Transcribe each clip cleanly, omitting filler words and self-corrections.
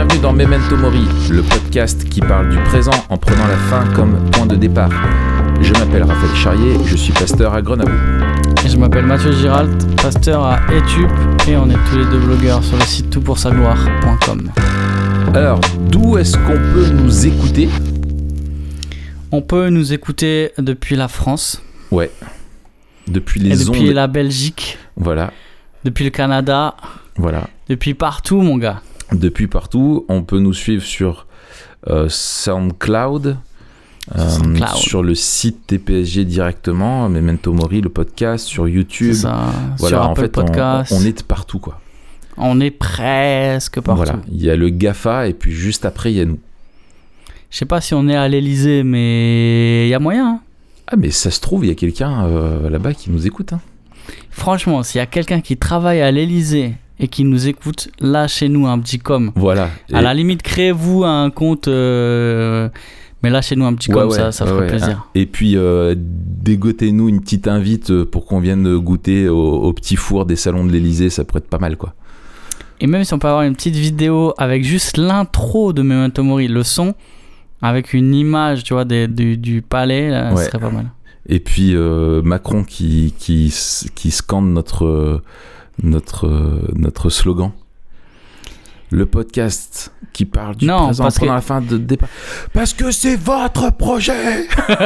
Bienvenue dans Memento Mori, le podcast qui parle du présent en prenant la fin comme point de départ. Je m'appelle Raphaël Charrier, je suis pasteur à Grenoble. Et je m'appelle Mathieu Giralt, pasteur à Etup, et on est tous les deux blogueurs sur le site toutpoursagloire.com. Alors, d'où est-ce qu'on peut nous écouter ? On peut nous écouter depuis la France. Ouais. Depuis les ondes. Depuis la Belgique. Voilà. Depuis le Canada. Voilà. Depuis partout, mon gars. Depuis partout. On peut nous suivre sur SoundCloud. Sur le site TPSG directement, Memento Mori, le podcast, sur YouTube. C'est ça. Voilà, sur en Apple fait, Podcast. on est de partout, quoi. On est presque partout. Voilà. Il y a le GAFA et puis juste après, il y a nous. Je sais pas si on est à l'Elysée, mais il y a moyen. Hein. Ah, mais ça se trouve, il y a quelqu'un là-bas qui nous écoute. Hein. Franchement, s'il y a quelqu'un qui travaille à l'Elysée et qui nous écoute, lâchez-nous un petit com. Voilà. À la limite, créez-vous un compte, mais lâchez-nous un petit com, ça ferait plaisir. Et puis, dégotez-nous une petite invite pour qu'on vienne goûter au petit four des salons de l'Elysée, ça pourrait être pas mal, quoi. Et même si on peut avoir une petite vidéo avec juste l'intro de Memento Mori, le son, avec une image, tu vois, du palais, là, ce serait pas mal. Et puis Macron qui scande notre slogan. Le podcast qui parle du présent pendant la fin de départ. Parce que c'est votre projet.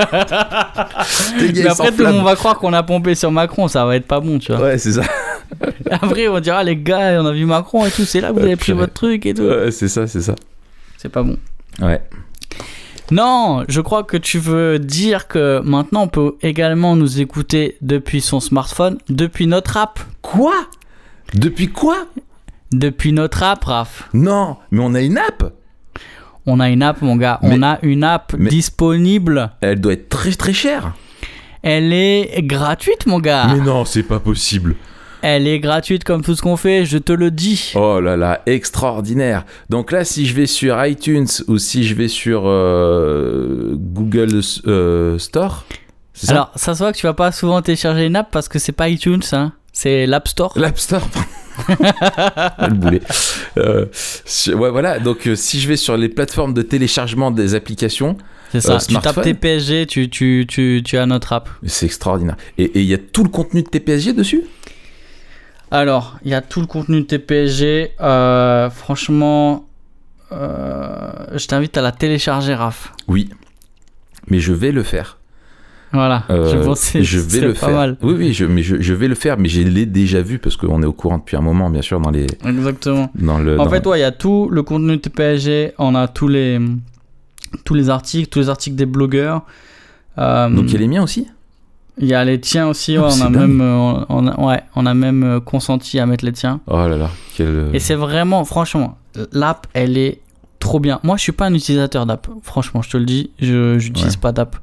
Mais après, tout le monde va croire qu'on a pompé sur Macron, ça va être pas bon, tu vois. Ouais, c'est ça. Après, on dira, les gars, on a vu Macron et tout, c'est là que vous avez pris votre truc et tout. Ouais, c'est ça. C'est pas bon. Ouais. Non, je crois que tu veux dire que maintenant on peut également nous écouter depuis son smartphone, depuis notre app. Quoi ? Depuis quoi ? Depuis notre app, Raph. Non, mais on a une app. On a une app, mon gars. On a une app disponible. Elle doit être très très chère. Elle est gratuite, mon gars. Mais non, c'est pas possible. Elle est gratuite comme tout ce qu'on fait, je te le dis. Oh là là, extraordinaire. Donc là, si je vais sur iTunes ou si je vais sur Google Store, c'est ça ? Alors, ça se voit que tu vas pas souvent télécharger une app parce que c'est pas iTunes, hein. C'est l'App Store. L'App Store. Le boulet. Ouais, voilà. Donc, si je vais sur les plateformes de téléchargement des applications, c'est ça. Tu tapes TPSG, tu as notre app. C'est extraordinaire. Et il y a tout le contenu de TPSG dessus ? Alors, il y a tout le contenu de TPSG. Franchement, je t'invite à la télécharger, Raph. Oui, mais je vais le faire. Voilà, je vais le faire. Mal. Oui, je vais le faire, mais je l'ai déjà vu parce qu'on est au courant depuis un moment, bien sûr, dans les. Exactement. En fait, il y a tout le contenu de TPSG. On a tous les articles des blogueurs. Donc il y a les miens aussi. Il y a les tiens aussi. Ouais, on a même consenti à mettre les tiens. Oh là là. Et c'est vraiment, franchement, l'app, elle est trop bien. Moi, je suis pas un utilisateur d'app. Franchement, je te le dis, je n'utilise pas d'app.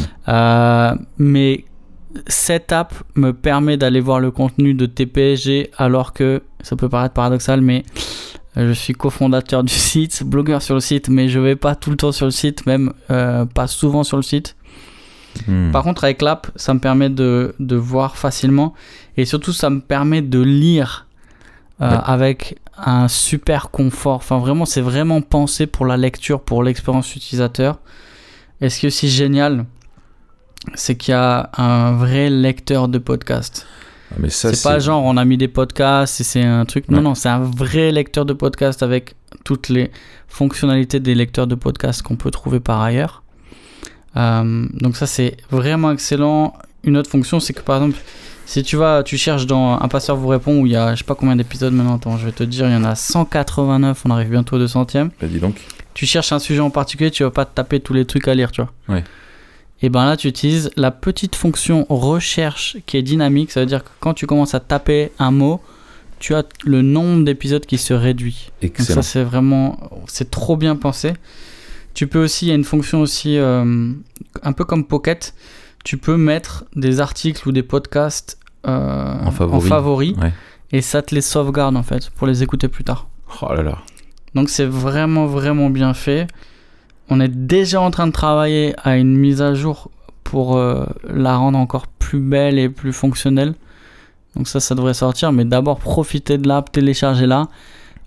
Mais cette app me permet d'aller voir le contenu de TPSG, alors que ça peut paraître paradoxal, mais je suis cofondateur du site, blogueur sur le site, mais je vais pas tout le temps sur le site, même pas souvent sur le site. Par contre, avec l'app, ça me permet de voir facilement, et surtout, ça me permet de lire avec un super confort. Enfin, vraiment, c'est vraiment pensé pour la lecture, pour l'expérience utilisateur. Et ce qui est aussi génial, c'est qu'il y a un vrai lecteur de podcast. Mais ça, c'est pas genre on a mis des podcasts et c'est un truc. Non, c'est un vrai lecteur de podcast avec toutes les fonctionnalités des lecteurs de podcast qu'on peut trouver par ailleurs. Donc ça, c'est vraiment excellent. Une autre fonction, c'est que par exemple, si tu cherches dans Un pasteur vous répond, où il y a je sais pas combien d'épisodes maintenant, attends, je vais te dire, il y en a 189, on arrive bientôt au 200e. Bah, dis donc. Tu cherches un sujet en particulier, tu vas pas te taper tous les trucs à lire, tu vois. Ouais. Et ben là, tu utilises la petite fonction recherche qui est dynamique. Ça veut dire que quand tu commences à taper un mot, tu as le nombre d'épisodes qui se réduit. Excellent. Donc ça, c'est trop bien pensé. Tu peux aussi, il y a une fonction aussi un peu comme Pocket. Tu peux mettre des articles ou des podcasts en favori et ça te les sauvegarde en fait pour les écouter plus tard. Oh là là. Donc c'est vraiment vraiment bien fait. On est déjà en train de travailler à une mise à jour pour la rendre encore plus belle et plus fonctionnelle. Donc ça devrait sortir, mais d'abord profitez de l'app, téléchargez-la.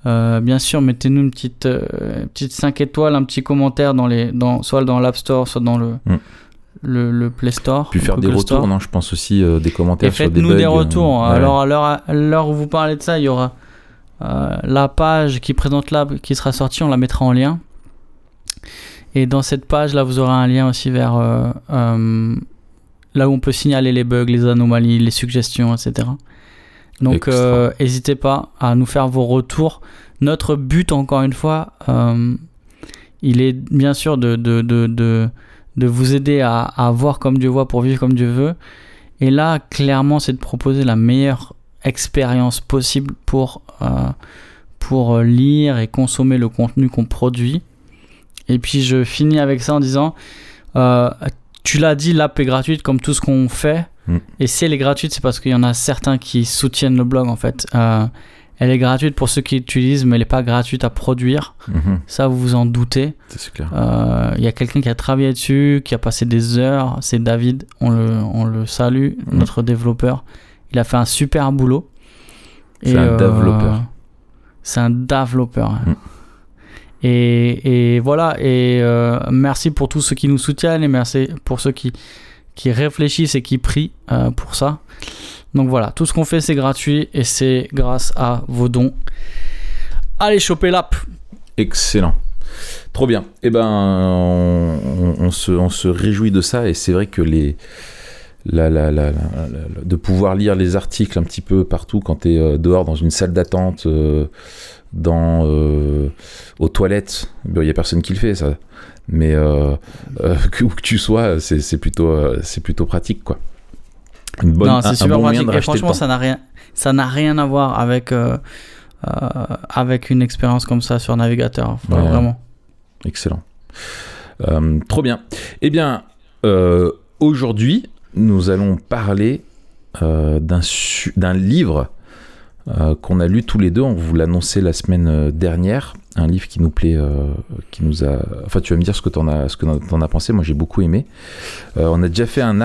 Bien sûr, mettez-nous une petite 5 étoiles, un petit commentaire soit dans l'App Store, soit dans le Play Store. Puis faire des Google retours, Store. non, je pense aussi des commentaires Et sur des bugs. faites-nous des retours. Ouais. Alors, à l'heure où vous parlez de ça, il y aura la page qui présente l'app qui sera sortie, on la mettra en lien. Et dans cette page-là, vous aurez un lien aussi vers là où on peut signaler les bugs, les anomalies, les suggestions, etc. Donc, n'hésitez pas à nous faire vos retours. Notre but, encore une fois, il est bien sûr de vous aider à voir comme Dieu voit pour vivre comme Dieu veut. Et là, clairement, c'est de proposer la meilleure expérience possible pour lire et consommer le contenu qu'on produit. Et puis, je finis avec ça en disant, tu l'as dit, l'app est gratuite comme tout ce qu'on fait. Et si elle est gratuite, c'est parce qu'il y en a certains qui soutiennent le blog, en fait. Elle est gratuite pour ceux qui l'utilisent, mais elle n'est pas gratuite à produire. Ça, vous vous en doutez. C'est clair. Il y a quelqu'un qui a travaillé dessus, qui a passé des heures. C'est David, on le salue, notre développeur. Il a fait un super boulot. C'est un développeur. C'est un développeur. Et voilà. Et merci pour tous ceux qui nous soutiennent et merci pour ceux qui réfléchissent et qui prient pour ça. Donc voilà, tout ce qu'on fait c'est gratuit et c'est grâce à vos dons. Allez, choper l'app. Excellent. Trop bien. Eh ben, on se réjouit de ça et c'est vrai que de pouvoir lire les articles un petit peu partout quand tu es dehors dans une salle d'attente, aux toilettes, il n'y a personne qui le fait ça. Mais où que tu sois, c'est plutôt pratique, quoi. Non, c'est super pratique. Et franchement, ça n'a rien à voir avec une expérience comme ça sur navigateur. Vraiment. Excellent. Trop bien. Eh bien, aujourd'hui, nous allons parler d'un livre qu'on a lu tous les deux. On vous l'annonçait la semaine dernière. Un livre qui nous plaît, qui nous a... Enfin, tu vas me dire ce que t'en as pensé. Moi, j'ai beaucoup aimé. On a déjà fait un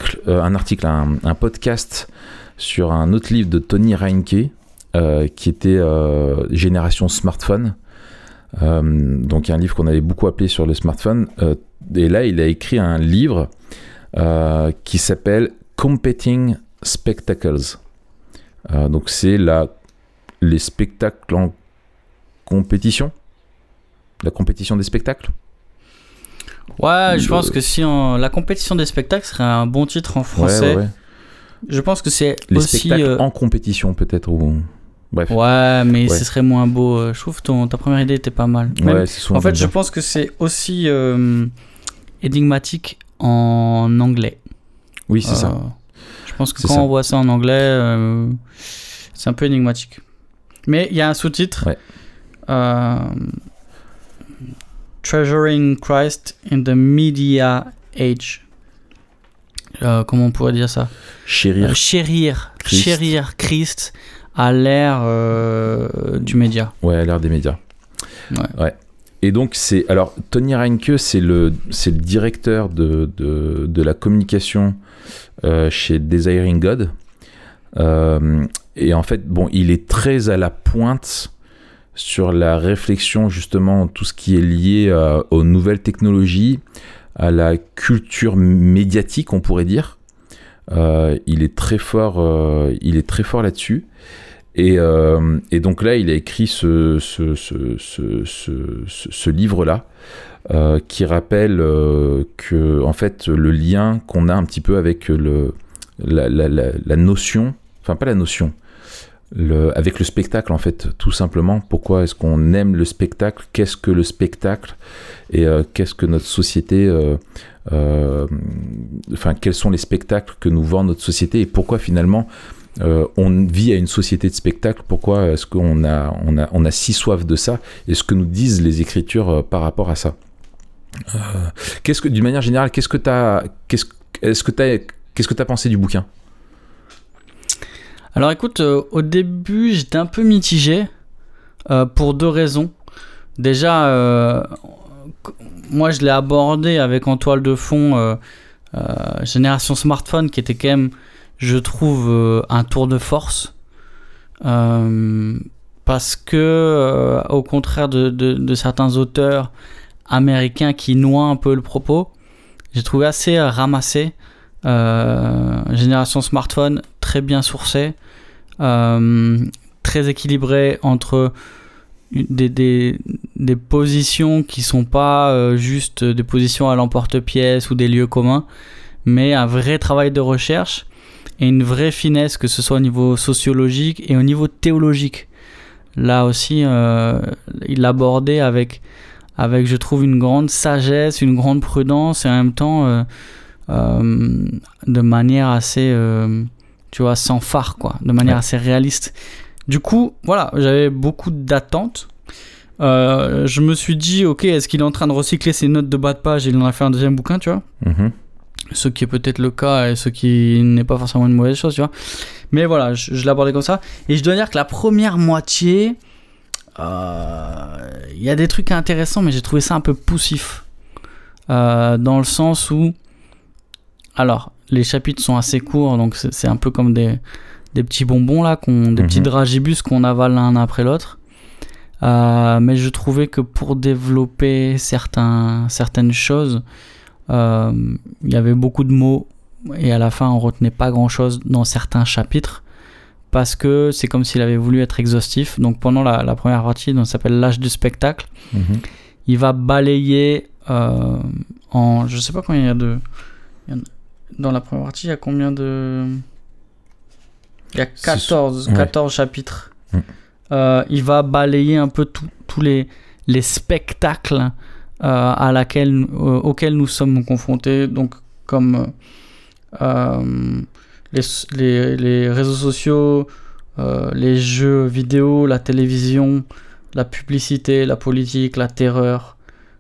podcast sur un autre livre de Tony Reinke, qui était Génération Smartphone. Donc, un livre qu'on avait beaucoup appelé sur le smartphone. Et là, il a écrit un livre qui s'appelle Competing Spectacles. Donc, c'est les spectacles en compétition, la compétition des spectacles. Ouais, je pense que si la compétition des spectacles serait un bon titre en français. Ouais. Je pense que c'est les aussi spectacles en compétition peut-être ou bref. Ouais, mais ce serait moins beau. Je trouve ta première idée était pas mal. Ouais, c'est souvent en fait, bien. je pense que c'est aussi énigmatique en anglais. Oui, c'est ça. Je pense que quand on voit ça en anglais, c'est un peu énigmatique. Mais il y a un sous-titre. Ouais. Treasuring Christ in the Media Age. Comment on pourrait dire ça? Chérir Christ à l'ère du média. Ouais, à l'ère des médias. Ouais. Et donc, Tony Reinke, c'est le directeur de la communication chez Desiring God. Et en fait, il est très à la pointe sur la réflexion, justement, tout ce qui est lié aux nouvelles technologies, à la culture médiatique, on pourrait dire. Il est très fort là-dessus. Et donc là, il a écrit ce livre-là qui rappelle que, en fait, le lien qu'on a un petit peu avec la notion, enfin pas la notion, avec le spectacle, en fait, tout simplement. Pourquoi est-ce qu'on aime le spectacle? Qu'est-ce que le spectacle? Et qu'est-ce que notre société... quels sont les spectacles que nous vend notre société? Et pourquoi, finalement, on vit à une société de spectacle? Pourquoi est-ce qu'on a si soif de ça? Et ce que nous disent les Écritures par rapport à ça? D'une manière générale, qu'est-ce que t'as pensé du bouquin? Alors écoute, au début j'étais un peu mitigé pour deux raisons. Déjà, moi je l'ai abordé avec en toile de fond Génération Smartphone, qui était quand même, je trouve, un tour de force. parce que, au contraire de certains auteurs américains qui noient un peu le propos, j'ai trouvé assez ramassé. Génération smartphone, très bien sourcé, très équilibré entre des positions qui sont pas juste des positions à l'emporte-pièce ou des lieux communs, mais un vrai travail de recherche et une vraie finesse, que ce soit au niveau sociologique et au niveau théologique. Là aussi, il l'abordait avec, je trouve, une grande sagesse, une grande prudence, et en même temps de manière assez, tu vois, sans phare, quoi, de manière assez réaliste. Du coup, voilà, j'avais beaucoup d'attentes. Je me suis dit, ok, est-ce qu'il est en train de recycler ses notes de bas de page et il en a fait un deuxième bouquin, tu vois? Ce qui est peut-être le cas et ce qui n'est pas forcément une mauvaise chose, tu vois. Mais voilà, je l'abordais comme ça. Et je dois dire que la première moitié, il y a des trucs intéressants, mais j'ai trouvé ça un peu poussif. Dans le sens où, alors, les chapitres sont assez courts, donc c'est un peu comme des petits bonbons, là, des petits dragibus qu'on avale l'un après l'autre. Mais je trouvais que pour développer certaines choses, il y avait beaucoup de mots et à la fin on retenait pas grand chose dans certains chapitres parce que c'est comme s'il avait voulu être exhaustif. Donc pendant la première partie, donc ça s'appelle l'âge du spectacle, il va balayer je sais pas combien dans la première partie, il y a combien de... Il y a 14 chapitres. Il va balayer un peu tous les spectacles auxquels nous sommes confrontés, donc comme les réseaux sociaux, les jeux vidéo, la télévision, la publicité, la politique, la terreur,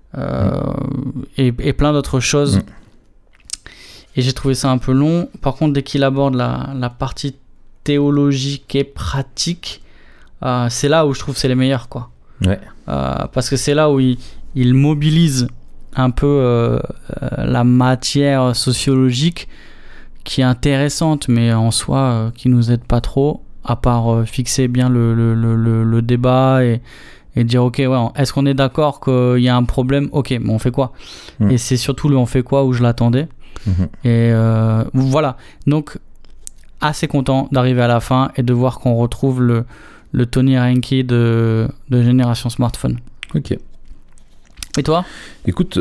et plein d'autres choses. Et j'ai trouvé ça un peu long. Par contre, dès qu'il aborde la partie théologique et pratique, c'est là où je trouve que c'est les meilleurs, quoi. Parce que c'est là où il mobilise un peu la matière sociologique qui est intéressante, mais en soi qui nous aide pas trop, à part fixer bien le débat et dire ok, ouais, est-ce qu'on est d'accord qu'il y a un problème, ok, mais on fait quoi? Et c'est surtout le on fait quoi où je l'attendais. Et voilà, donc assez content d'arriver à la fin et de voir qu'on retrouve le Tony Reinke de Génération Smartphone. Ok. Et toi ? Écoute,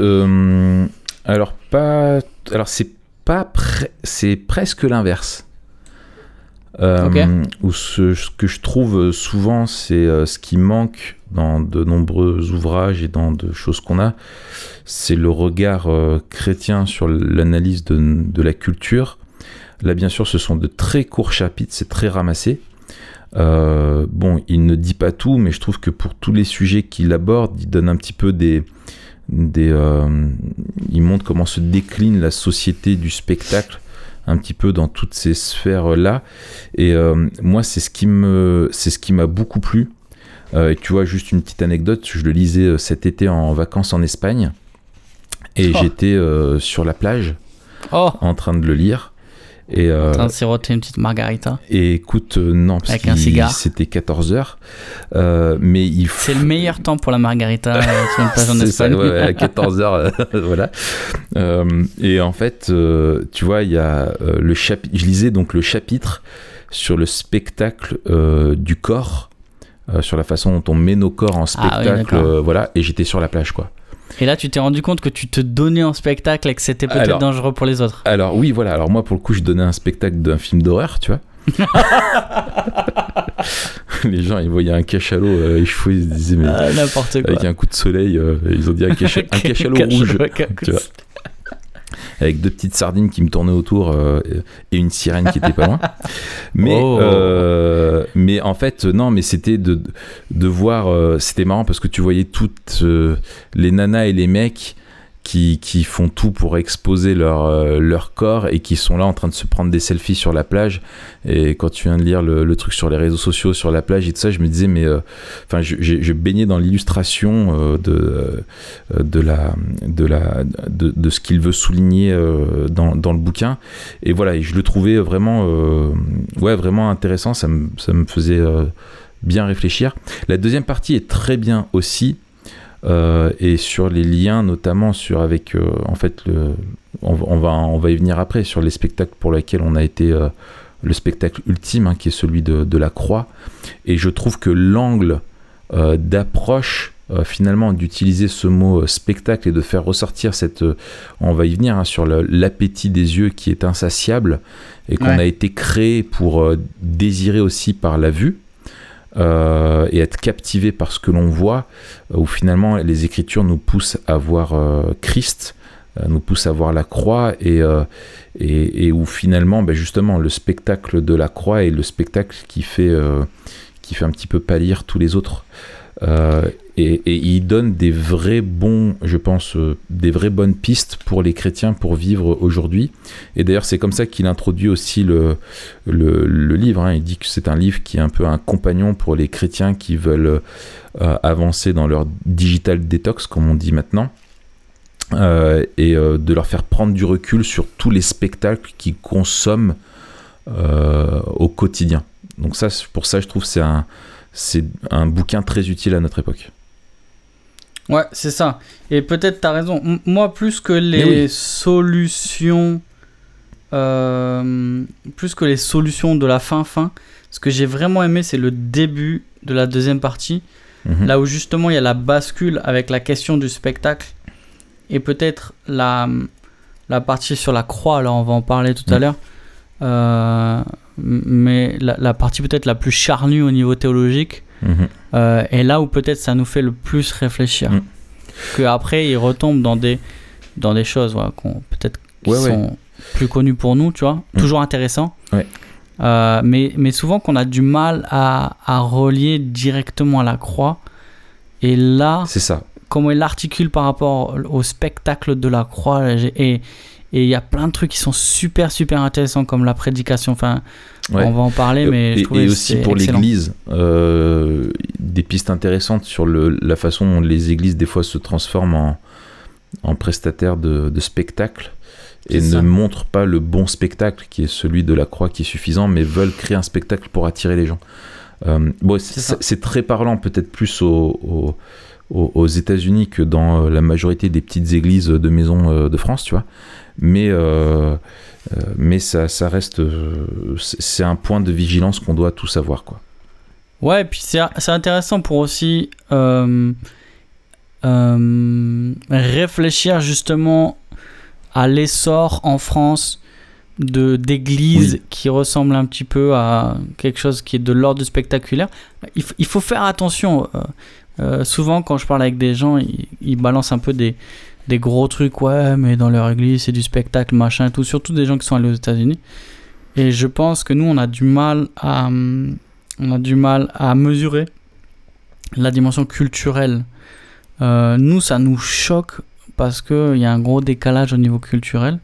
c'est presque l'inverse. Où ce que je trouve souvent, c'est ce qui manque dans de nombreux ouvrages et dans de choses qu'on a, c'est le regard chrétien sur l'analyse de la culture. Là, bien sûr, ce sont de très courts chapitres, c'est très ramassé. Bon, il ne dit pas tout, mais je trouve que pour tous les sujets qu'il aborde, il donne un petit peu il montre comment se décline la société du spectacle un petit peu dans toutes ces sphères là, et moi c'est ce qui m'a beaucoup plu. Et tu vois, juste une petite anecdote, je le lisais cet été en vacances en Espagne et j'étais sur la plage en train de le lire. Et en train de siroter une petite margarita. Et écoute, non, parce avec un cigare. C'était 14h. Mais c'est le meilleur temps pour la margarita sur une plage en Espagne. C'est ça, à 14h, voilà. Et en fait, tu vois, il y a le chapitre. Je lisais donc le chapitre sur le spectacle du corps, sur la façon dont on met nos corps en spectacle, voilà. Et j'étais sur la plage, quoi. Et là, tu t'es rendu compte que tu te donnais en spectacle et que c'était peut-être dangereux pour les autres. Alors oui, voilà. Alors moi, pour le coup, je donnais un spectacle d'un film d'horreur, tu vois. Les gens, ils voyaient un cachalot échoué, ils se disaient mais n'importe quoi. Avec un coup de soleil, ils ont dit un cachalot rouge, tu vois. Avec deux petites sardines qui me tournaient autour et une sirène qui était pas loin. Mais en fait, non, mais c'était de voir. C'était marrant parce que tu voyais toutes les nanas et les mecs qui font tout pour exposer leur corps et qui sont là en train de se prendre des selfies sur la plage. Et quand tu viens de lire le truc sur les réseaux sociaux, sur la plage et tout ça, je me disais, mais enfin, je baignais dans l'illustration de ce qu'il veut souligner dans le bouquin. Et voilà, et je le trouvais vraiment, vraiment intéressant. Ça me faisait bien réfléchir. La deuxième partie est très bien aussi, et sur les liens notamment avec en fait on va y venir après sur les spectacles pour lesquels on a été le spectacle ultime, hein, qui est celui de la croix, et je trouve que l'angle d'approche finalement d'utiliser ce mot spectacle et de faire ressortir on va y venir, hein, sur l'appétit des yeux qui est insatiable et qu'on a été créé pour désirer aussi par la vue, et être captivé par ce que l'on voit, où finalement les Écritures nous poussent à voir Christ, nous poussent à voir la croix, et où finalement justement le spectacle de la croix est le spectacle qui fait un petit peu pâlir tous les autres, et il donne des vrais bons, je pense, des vraies bonnes pistes pour les chrétiens pour vivre aujourd'hui. Et d'ailleurs c'est comme ça qu'il introduit aussi le livre, hein. Il dit que c'est un livre qui est un peu un compagnon pour les chrétiens qui veulent avancer dans leur digital detox, comme on dit maintenant, et de leur faire prendre du recul sur tous les spectacles qu'ils consomment au quotidien. Donc ça, pour ça je trouve que c'est un bouquin très utile à notre époque. Ouais, c'est ça. Et peut-être t'as raison. Moi, plus que les solutions, de la fin, ce que j'ai vraiment aimé, c'est le début de la deuxième partie, là où justement il y a la bascule avec la question du spectacle, et peut-être la partie sur la croix. Là, on va en parler tout à l'heure. Mais la partie peut-être la plus charnue au niveau théologique, est là où peut-être ça nous fait le plus réfléchir. Qu'après il retombe dans des choses, voilà, qui sont plus connues pour nous, tu vois, toujours intéressant, mais souvent qu'on a du mal à relier directement à la croix. Et là, c'est ça, comment il l'articule par rapport au spectacle de la croix, et il y a plein de trucs qui sont super super intéressants, comme la prédication. Enfin, on va en parler, mais je trouve que aussi pour excellent. l'Église, des pistes intéressantes sur la façon dont les églises des fois se transforment en prestataires de spectacles, et ne montrent pas le bon spectacle qui est celui de la croix qui est suffisant, mais veulent créer un spectacle pour attirer les gens. C'est très parlant, peut-être plus aux États-Unis que dans la majorité des petites églises de maison de France, tu vois. Mais ça reste, c'est un point de vigilance qu'on doit tous avoir, quoi. Ouais, et puis c'est intéressant pour aussi réfléchir justement à l'essor en France d'églises qui ressemblent un petit peu à quelque chose qui est de l'ordre du spectaculaire. Il faut faire attention. Souvent, quand je parle avec des gens, ils balancent un peu des gros trucs. Ouais, mais dans leur église, c'est du spectacle, machin et tout. Surtout des gens qui sont allés aux États-Unis. Et je pense que nous, on a du mal à mesurer la dimension culturelle. Nous, ça nous choque parce qu'il y a un gros décalage au niveau culturel.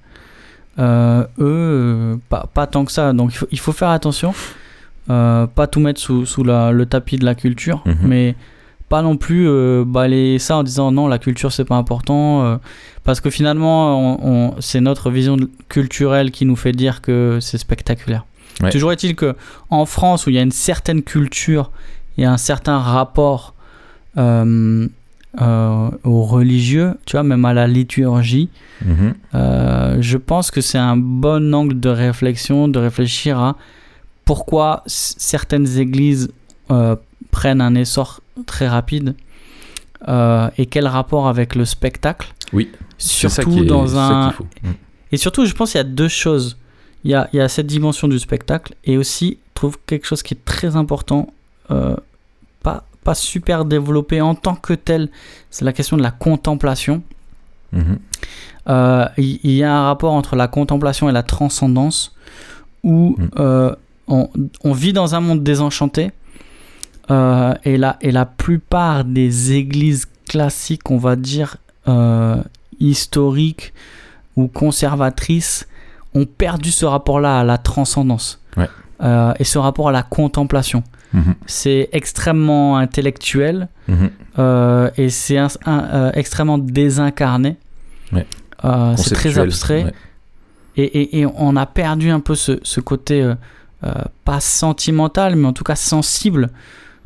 Eux, pas tant que ça. Donc, il faut faire attention. Pas tout mettre sous le tapis de la culture, mais pas non plus balayer ça en disant non, la culture c'est pas important, parce que finalement c'est notre vision culturelle qui nous fait dire que c'est spectaculaire. Toujours est-il que en France, où il y a une certaine culture et un certain rapport au religieux, tu vois, même à la liturgie, je pense que c'est un bon angle de réflexion, de réfléchir à pourquoi certaines églises prennent un essor très rapide, et quel rapport avec le spectacle. Oui, surtout et surtout, je pense qu'il y a deux choses. Il y a cette dimension du spectacle, et aussi, je trouve quelque chose qui est très important, pas super développé en tant que tel, c'est la question de la contemplation. Il y a un rapport entre la contemplation et la transcendance, où on vit dans un monde désenchanté, et la plupart des églises classiques, on va dire, historiques ou conservatrices, ont perdu ce rapport-là à la transcendance, et ce rapport à la contemplation. C'est extrêmement intellectuel, et c'est extrêmement désincarné. C'est très abstrait, et on a perdu un peu ce côté pas sentimental, mais en tout cas sensible,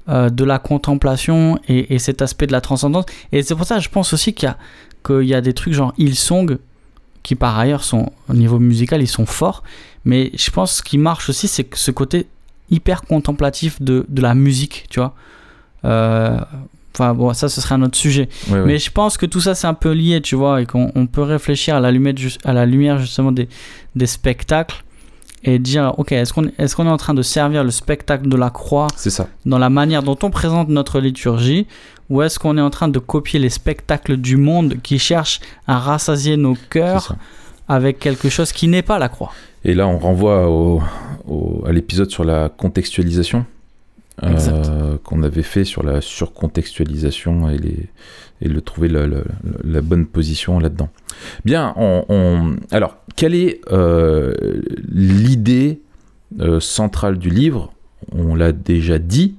de la contemplation et cet aspect de la transcendance. Et c'est pour ça que je pense aussi qu'il y a des trucs genre Hillsong qui par ailleurs sont au niveau musical ils sont forts, mais je pense que ce qui marche aussi c'est ce côté hyper contemplatif de la musique, tu vois. Enfin bon, ça ce serait un autre sujet. Ouais, mais je pense que tout ça c'est un peu lié, tu vois, et qu'on peut réfléchir à la lumière justement des spectacles et dire ok, est-ce qu'on est en train de servir le spectacle de la croix, c'est ça, dans la manière dont on présente notre liturgie, ou est-ce qu'on est en train de copier les spectacles du monde qui cherchent à rassasier nos cœurs avec quelque chose qui n'est pas la croix. Et là on renvoie à l'épisode sur la contextualisation qu'on avait fait sur la surcontextualisation et trouver la bonne position là-dedans. Bien, alors, quelle est l'idée centrale du livre ? On l'a déjà dit.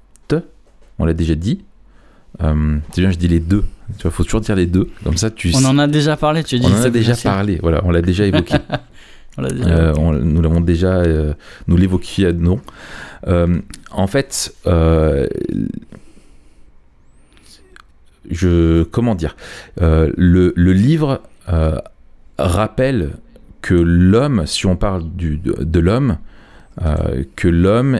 C'est bien, je dis les deux. Tu vois, faut toujours dire les deux. Comme ça, on en a déjà parlé, tu dis. On en a déjà parlé, voilà, on l'a déjà évoqué. Nous l'avons déjà, nous l'évoquions. En fait, comment dire, le livre rappelle que l'homme, si on parle de l'homme, que l'homme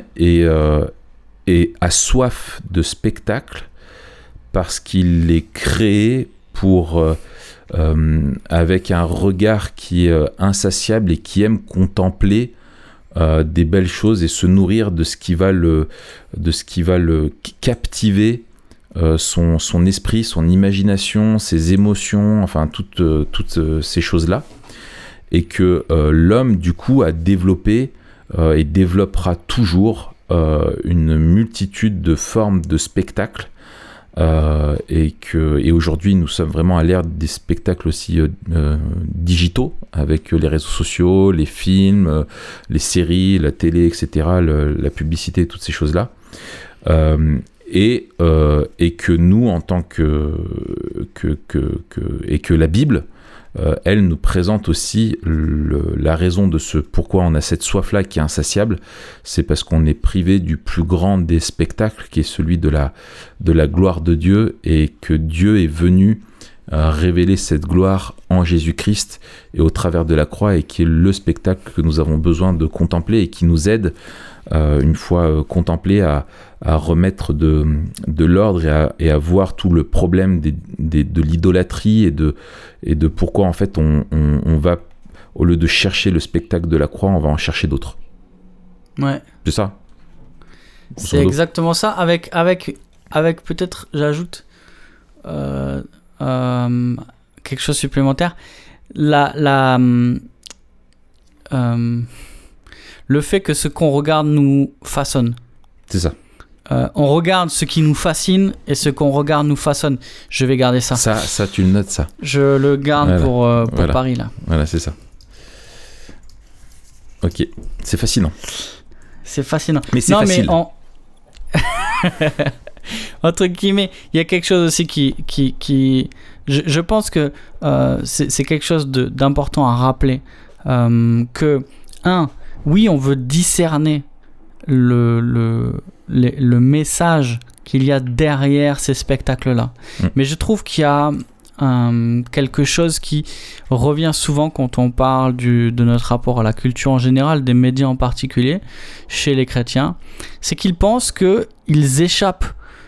a soif de spectacle parce qu'il est créé pour avec un regard qui est insatiable et qui aime contempler des belles choses et se nourrir de ce qui va le captiver, son esprit, son imagination, ses émotions, enfin toutes ces choses-là, et que l'homme du coup a développé et développera toujours une multitude de formes de spectacles. Et aujourd'hui nous sommes vraiment à l'ère des spectacles aussi digitaux, avec les réseaux sociaux, les films, les séries, la télé, etc., la publicité, toutes ces choses-là, et que nous en tant et que la Bible elle nous présente aussi la raison de pourquoi on a cette soif-là qui est insatiable. C'est parce qu'on est privé du plus grand des spectacles, qui est celui de la gloire de Dieu, et que Dieu est venu révéler cette gloire en Jésus-Christ et au travers de la croix, et qui est le spectacle que nous avons besoin de contempler et qui nous aide, une fois contemplé, à remettre de l'ordre et à voir tout le problème de l'idolâtrie et de pourquoi en fait on va, au lieu de chercher le spectacle de la croix, on va en chercher d'autres. Ouais. C'est ça. C'est exactement ça, avec peut-être, j'ajoute quelque chose supplémentaire, le fait que ce qu'on regarde nous façonne. C'est ça. On regarde ce qui nous fascine et ce qu'on regarde nous façonne. Je vais garder ça. Ça tu le notes, ça. Je le garde pour Paris, là. Voilà, c'est ça. Ok, c'est fascinant. C'est fascinant. Mais c'est facile. Mais entre guillemets, il y a quelque chose aussi qui je pense que c'est quelque chose d'important à rappeler, que oui, on veut discerner le message qu'il y a derrière ces spectacles-là. Mais je trouve qu'il y a quelque chose qui revient souvent quand on parle de notre rapport à la culture en général, des médias en particulier, chez les chrétiens, c'est qu'ils pensent qu'ils échappent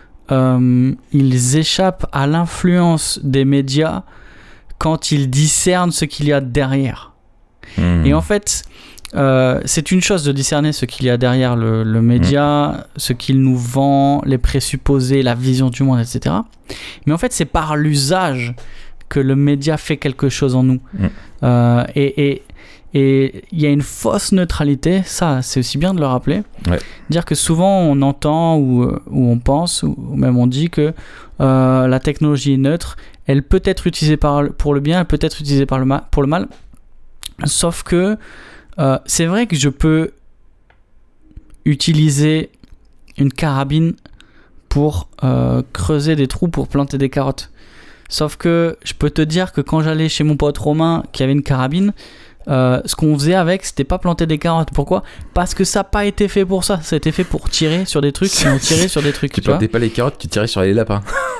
à l'influence des médias quand ils discernent ce qu'il y a derrière. Et en fait, c'est une chose de discerner ce qu'il y a derrière le média, ce qu'il nous vend, les présupposés, la vision du monde, etc. Mais en fait, c'est par l'usage que le média fait quelque chose en nous. Et il y a une fausse neutralité, ça, c'est aussi bien de le rappeler. Ouais. Dire que souvent, on entend ou on pense, ou même on dit que la technologie est neutre, elle peut être utilisée pour le bien, elle peut être utilisée pour le mal. Sauf que c'est vrai que je peux utiliser une carabine pour creuser des trous pour planter des carottes. Sauf que je peux te dire que quand j'allais chez mon pote Romain qui avait une carabine, ce qu'on faisait avec, c'était pas planter des carottes. Pourquoi ? Parce que ça n'a pas été fait pour ça. Ça a été fait pour tirer sur des trucs et on tirait sur des trucs. Tu plantais pas les carottes, tu tirais sur les lapins.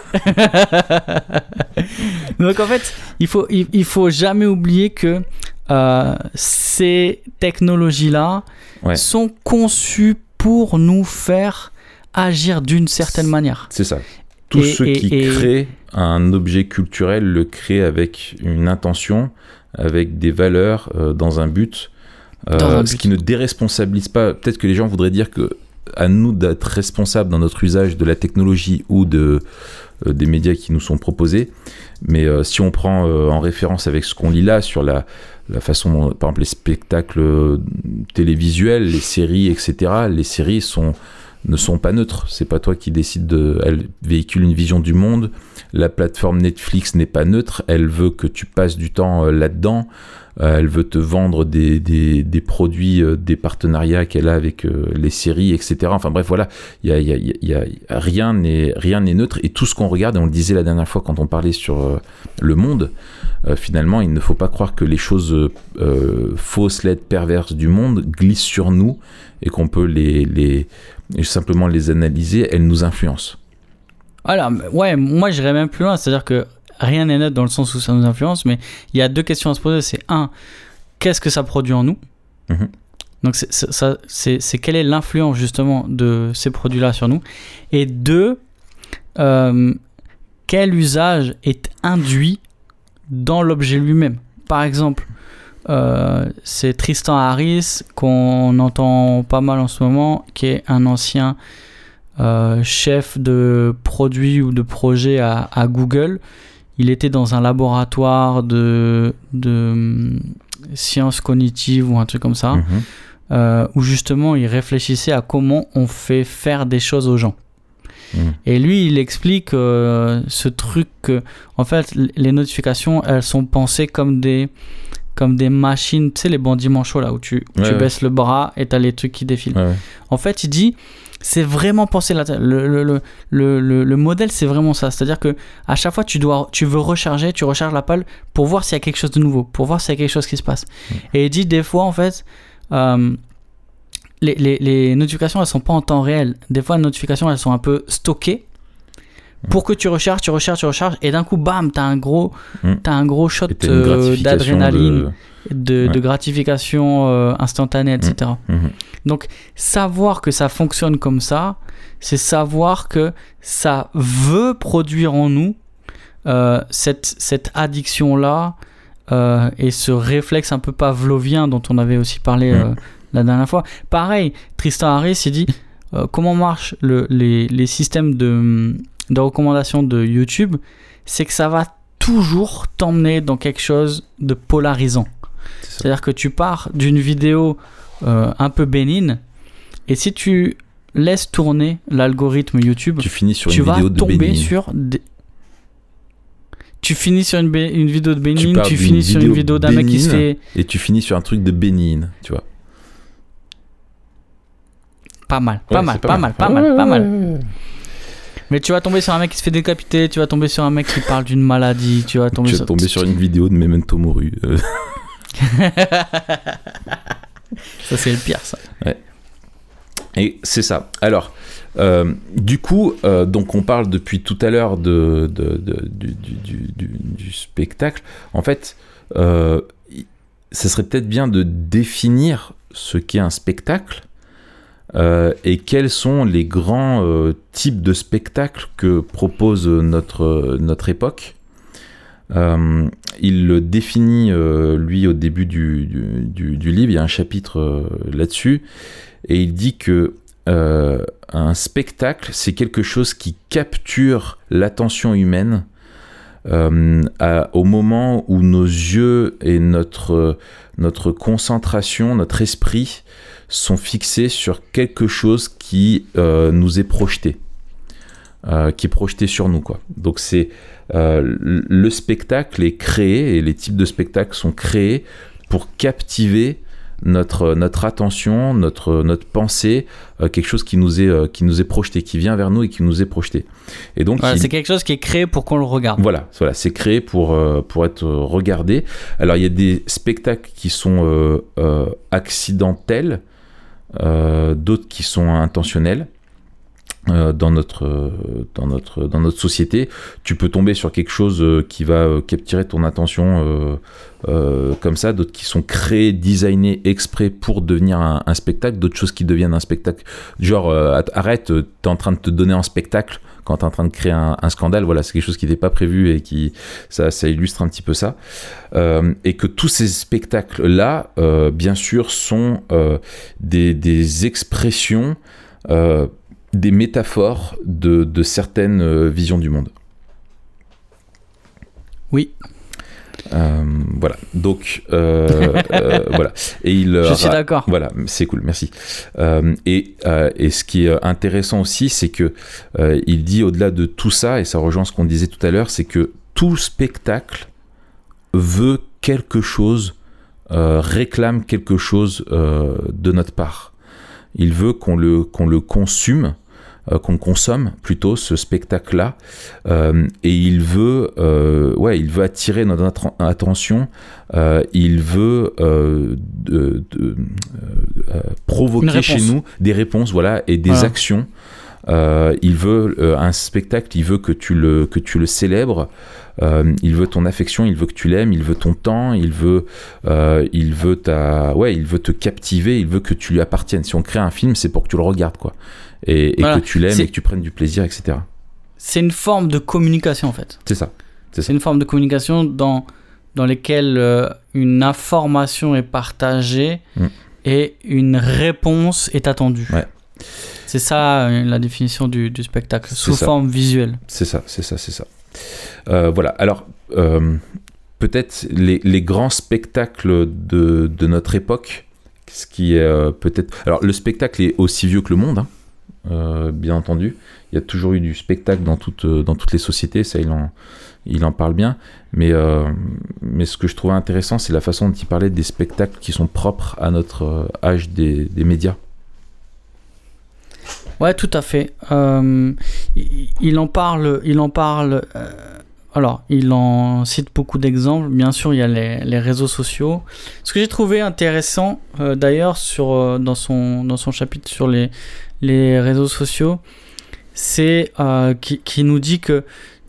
Donc en fait, il faut jamais oublier que ces technologies-là sont conçues pour nous faire agir d'une certaine manière. C'est ça. Tout ce qui crée un objet culturel le crée avec une intention, avec des valeurs, dans un but. Ce qui ne déresponsabilise pas. Peut-être que les gens voudraient dire que à nous d'être responsables dans notre usage de la technologie ou des médias qui nous sont proposés. Mais si on prend en référence avec ce qu'on lit là sur la façon dont, par exemple, les spectacles télévisuels, les séries, etc., les séries ne sont pas neutres. C'est pas toi qui décides elle véhicule une vision du monde. La plateforme Netflix n'est pas neutre. Elle veut que tu passes du temps là-dedans. Elle veut te vendre des produits, des partenariats qu'elle a avec les séries, etc. Enfin bref, voilà. Rien n'est neutre. Et tout ce qu'on regarde, et on le disait la dernière fois quand on parlait sur le monde, finalement, il ne faut pas croire que les choses fausses, laides, perverses du monde glissent sur nous et qu'on peut simplement les analyser. Elles nous influencent. Alors, ouais, moi j'irais même plus loin, c'est-à-dire que rien n'est neutre dans le sens où ça nous influence, mais il y a deux questions à se poser. C'est un, qu'est-ce que ça produit en nous ? Donc c'est quelle est l'influence justement de ces produits-là sur nous ? Et deux, quel usage est induit dans l'objet lui-même ? Par exemple, c'est Tristan Harris qu'on entend pas mal en ce moment, qui est un ancien chef de produit ou de projet à Google. Il était dans un laboratoire de sciences cognitives ou un truc comme ça, où justement il réfléchissait à comment on fait faire des choses aux gens. Et lui, il explique ce truc que, en fait, les notifications, elles sont pensées comme des machines, tu sais, les bandits manchots là, où tu baisses le bras et t'as les trucs qui défilent. En fait, il dit, c'est vraiment pensé là. Le modèle, c'est vraiment ça. C'est-à-dire que à chaque fois, tu veux recharger, tu recharges la pile pour voir s'il y a quelque chose de nouveau, pour voir s'il y a quelque chose qui se passe. Et il dit, des fois, en fait, les notifications, elles sont pas en temps réel. Des fois, les notifications, elles sont un peu stockées pour que tu recharges, et d'un coup, bam, t'as un gros shot d'adrénaline, de gratification instantanée, etc. Donc, savoir que ça fonctionne comme ça, c'est savoir que ça veut produire en nous cette addiction-là et ce réflexe un peu pavlovien dont on avait aussi parlé la dernière fois. Pareil, Tristan Harris, il dit comment marchent les systèmes de recommandation de YouTube, c'est que ça va toujours t'emmener dans quelque chose de polarisant. C'est-à-dire que tu pars d'une vidéo un peu bénigne, et si tu laisses tourner l'algorithme YouTube, tu finis sur une vidéo de bénigne. Tu finis sur une vidéo de bénigne, tu finis sur une vidéo d'un mec qui se fait... Et tu finis sur un truc de bénigne, tu vois. Pas mal. Mais tu vas tomber sur un mec qui se fait décapiter, tu vas tomber sur un mec qui parle d'une maladie, tu vas tomber sur une vidéo de Memento Mori. Ça, c'est le pire, ça. Ouais. Et c'est ça. Alors, du coup, donc on parle depuis tout à l'heure du spectacle. En fait, ça serait peut-être bien de définir ce qu'est un spectacle et quels sont les grands types de spectacles que propose notre époque. Il le définit, lui, au début du livre. Il y a un chapitre là-dessus, et il dit que un spectacle, c'est quelque chose qui capture l'attention humaine au moment où nos yeux et notre concentration, notre esprit sont fixés sur quelque chose qui nous est projeté, qui est projeté sur nous, quoi. Donc c'est le spectacle est créé, et les types de spectacles sont créés pour captiver notre attention, notre pensée, quelque chose qui nous est projeté, qui vient vers nous et qui nous est projeté. Et donc c'est quelque chose qui est créé pour qu'on le regarde. Voilà, c'est créé pour être regardé. Alors il y a des spectacles qui sont accidentels, d'autres qui sont intentionnels. Dans notre société, tu peux tomber sur quelque chose qui va capturer ton attention comme ça, d'autres qui sont créés, designés exprès pour devenir un spectacle, d'autres choses qui deviennent un spectacle, genre arrête, t'es en train de te donner un spectacle quand t'es en train de créer un scandale. Voilà, c'est quelque chose qui n'était pas prévu et qui ça illustre un petit peu ça, et que tous ces spectacles là bien sûr sont des expressions, des métaphores de certaines visions du monde. Oui. Voilà. Donc, voilà. Et je suis d'accord. Voilà, c'est cool, merci. Et ce qui est intéressant aussi, c'est que il dit au-delà de tout ça, et ça rejoint ce qu'on disait tout à l'heure, c'est que tout spectacle veut quelque chose, réclame quelque chose de notre part. Il veut qu'on le consume, qu'on consomme plutôt ce spectacle-là, et il veut attirer notre attention, il veut provoquer chez nous des réponses, voilà, et des actions. Il veut un spectacle, il veut que tu le célèbres, il veut ton affection, il veut que tu l'aimes, il veut ton temps, il veut te captiver, il veut que tu lui appartiennes. Si on crée un film, c'est pour que tu le regardes, quoi, et que tu l'aimes et que tu prennes du plaisir, etc. C'est une forme de communication, en fait. C'est ça. C'est une forme de communication dans laquelle une information est partagée et une réponse est attendue. Ouais. C'est ça la définition du spectacle, sous forme visuelle. C'est ça. Voilà, alors peut-être les grands spectacles de notre époque, ce qui est peut-être... Alors le spectacle est aussi vieux que le monde, hein, bien entendu. Il y a toujours eu du spectacle dans toutes les sociétés, ça il en parle bien. Mais ce que je trouvais intéressant, c'est la façon dont il parlait des spectacles qui sont propres à notre âge des médias. Ouais, tout à fait. Il en parle. Alors, il en cite beaucoup d'exemples. Bien sûr, il y a les réseaux sociaux. Ce que j'ai trouvé intéressant, d'ailleurs, dans son chapitre sur les réseaux sociaux, c'est qui nous dit que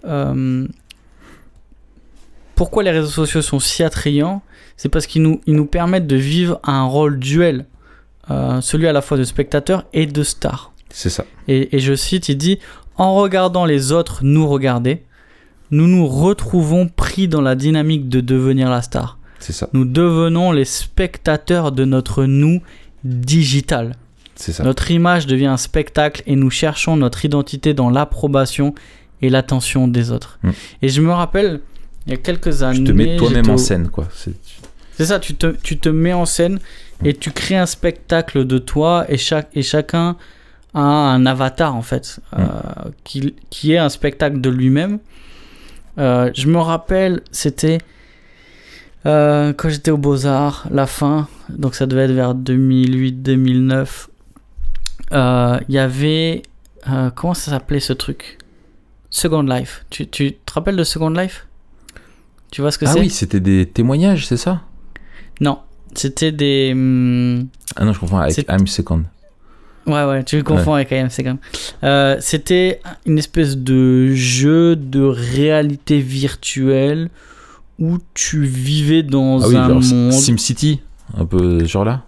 pourquoi les réseaux sociaux sont si attrayants, c'est parce qu'ils nous permettent de vivre un rôle duel, celui à la fois de spectateur et de star. C'est ça. Et je cite, il dit « En regardant les autres nous regarder, nous nous retrouvons pris dans la dynamique de devenir la star. C'est ça. Nous devenons les spectateurs de notre nous digital. C'est ça. Notre image devient un spectacle et nous cherchons notre identité dans l'approbation et l'attention des autres. » Et je me rappelle, il y a quelques années... Tu te mets toi-même en scène, quoi. C'est ça, tu te mets en scène et tu crées un spectacle de toi et chacun... a un avatar en fait, qui est un spectacle de lui-même. Je me rappelle, c'était quand j'étais au Beaux-Arts, la fin, donc ça devait être vers 2008-2009. Il y avait comment ça s'appelait ce truc, Second Life. Tu te rappelles de Second Life? Tu vois ce que c'est? Ah oui, c'était des témoignages, c'est ça? Non, c'était des ah non, je confonds avec I'm Second. Ouais, tu le confonds avec I Am Second. C'était une espèce de jeu de réalité virtuelle où tu vivais dans un monde... SimCity, un peu genre là.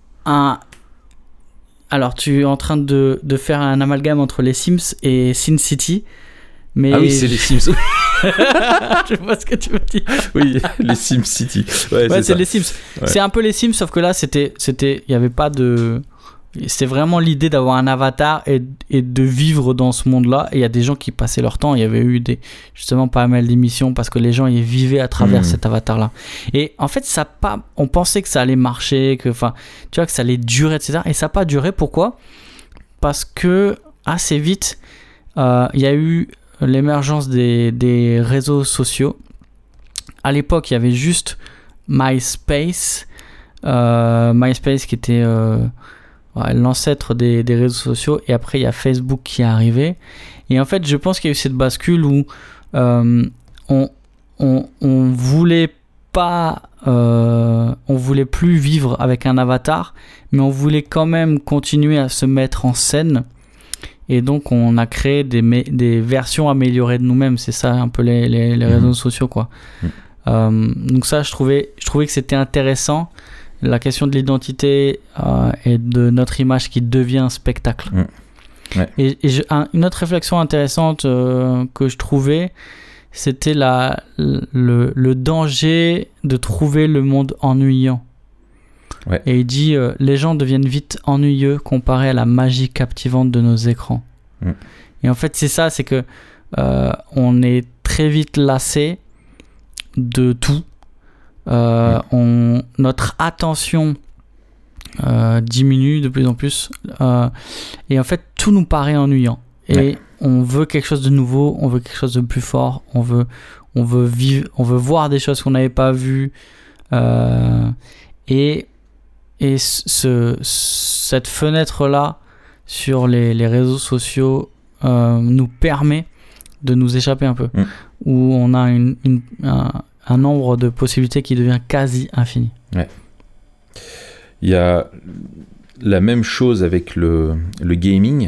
Alors, tu es en train de faire un amalgame entre les Sims et Sin City. Mais... Ah oui, c'est les Sims. Je vois ce que tu veux dire. Oui, les SimCity. Ouais, c'est les Sims. Ouais. C'est un peu les Sims, sauf que là, il n'y avait pas de... C'était vraiment l'idée d'avoir un avatar et de vivre dans ce monde-là. Et il y a des gens qui passaient leur temps. Il y avait eu justement pas mal d'émissions parce que les gens y vivaient à travers cet avatar-là. Et en fait, on pensait que ça allait marcher, que ça allait durer, etc. Et ça n'a pas duré. Pourquoi? Parce que assez vite, il y a eu l'émergence des réseaux sociaux. À l'époque, il y avait juste MySpace. MySpace qui était l'ancêtre des réseaux sociaux, et après il y a Facebook qui est arrivé. Et en fait, je pense qu'il y a eu cette bascule où on voulait pas, on voulait plus vivre avec un avatar, mais on voulait quand même continuer à se mettre en scène. Et donc on a créé des versions améliorées de nous-mêmes. C'est ça un peu les réseaux sociaux, quoi. Donc ça, je trouvais que c'était intéressant, la question de l'identité et de notre image qui devient un spectacle. Ouais. Et une autre réflexion intéressante que je trouvais, c'était le danger de trouver le monde ennuyant. Ouais. Et il dit les gens deviennent vite ennuyeux comparé à la magie captivante de nos écrans. Et en fait, c'est ça, c'est que on est très vite lassé de tout. Notre attention diminue de plus en plus, et en fait tout nous paraît ennuyant, et on veut quelque chose de nouveau, on veut quelque chose de plus fort, on veut vivre, on veut voir des choses qu'on n'avait pas vues, et cette fenêtre là sur les réseaux sociaux nous permet de nous échapper un peu, où on a un nombre de possibilités qui devient quasi infini. Ouais. Il y a la même chose avec le gaming,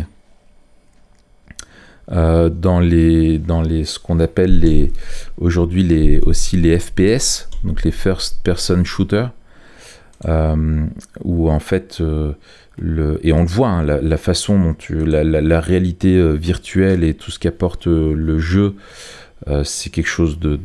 dans les ce qu'on appelle aujourd'hui aussi les FPS, donc les first person shooter, où en fait et on le voit, hein, la façon dont la réalité virtuelle et tout ce qu'apporte le jeu, c'est quelque chose de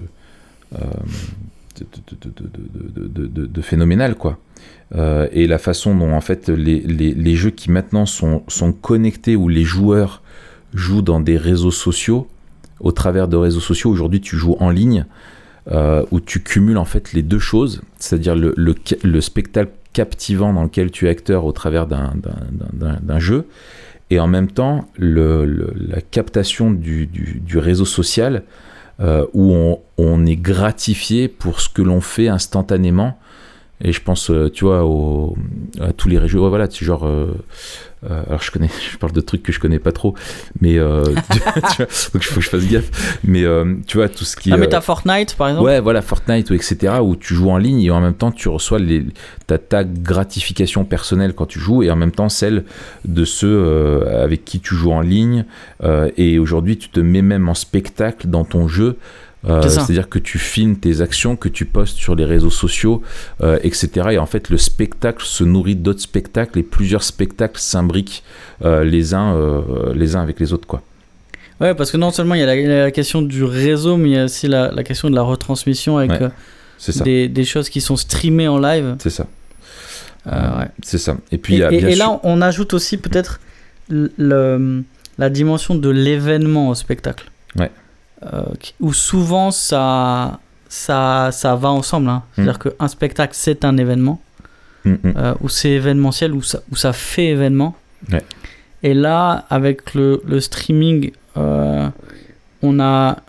phénoménal, quoi. Et la façon dont en fait les jeux qui maintenant sont connectés, où les joueurs jouent dans des réseaux sociaux, au travers de réseaux sociaux, aujourd'hui tu joues en ligne, où tu cumules en fait les deux choses, c'est-à-dire le spectacle captivant dans lequel tu es acteur au travers d'un jeu, et en même temps la captation du réseau social, où on est gratifié pour ce que l'on fait instantanément. Et je pense, tu vois, à tous les jeux, voilà, tu genre, alors je parle de trucs que je connais pas trop, mais tu vois, donc il faut que je fasse gaffe. Mais tu vois, tout ce qui est. Ah, mais t'as Fortnite par exemple. Ouais, voilà, Fortnite, etc., où tu joues en ligne et en même temps tu reçois ta gratification personnelle quand tu joues, et en même temps celle de ceux avec qui tu joues en ligne. Et aujourd'hui, tu te mets même en spectacle dans ton jeu. C'est-à-dire que tu filmes tes actions, que tu postes sur les réseaux sociaux, etc. Et en fait, le spectacle se nourrit d'autres spectacles, et plusieurs spectacles s'imbriquent les uns avec les autres, quoi. Ouais, parce que non seulement il y a la question du réseau, mais il y a aussi la question de la retransmission avec des choses qui sont streamées en live. C'est ça. Ouais. C'est ça. Et puis et là, on ajoute aussi peut-être la dimension de l'événement au spectacle. Ouais. Où souvent ça va ensemble, hein. C'est-à-dire qu'un spectacle c'est un événement, où c'est événementiel, où ça fait événement. Ouais. Et là, avec le streaming, on a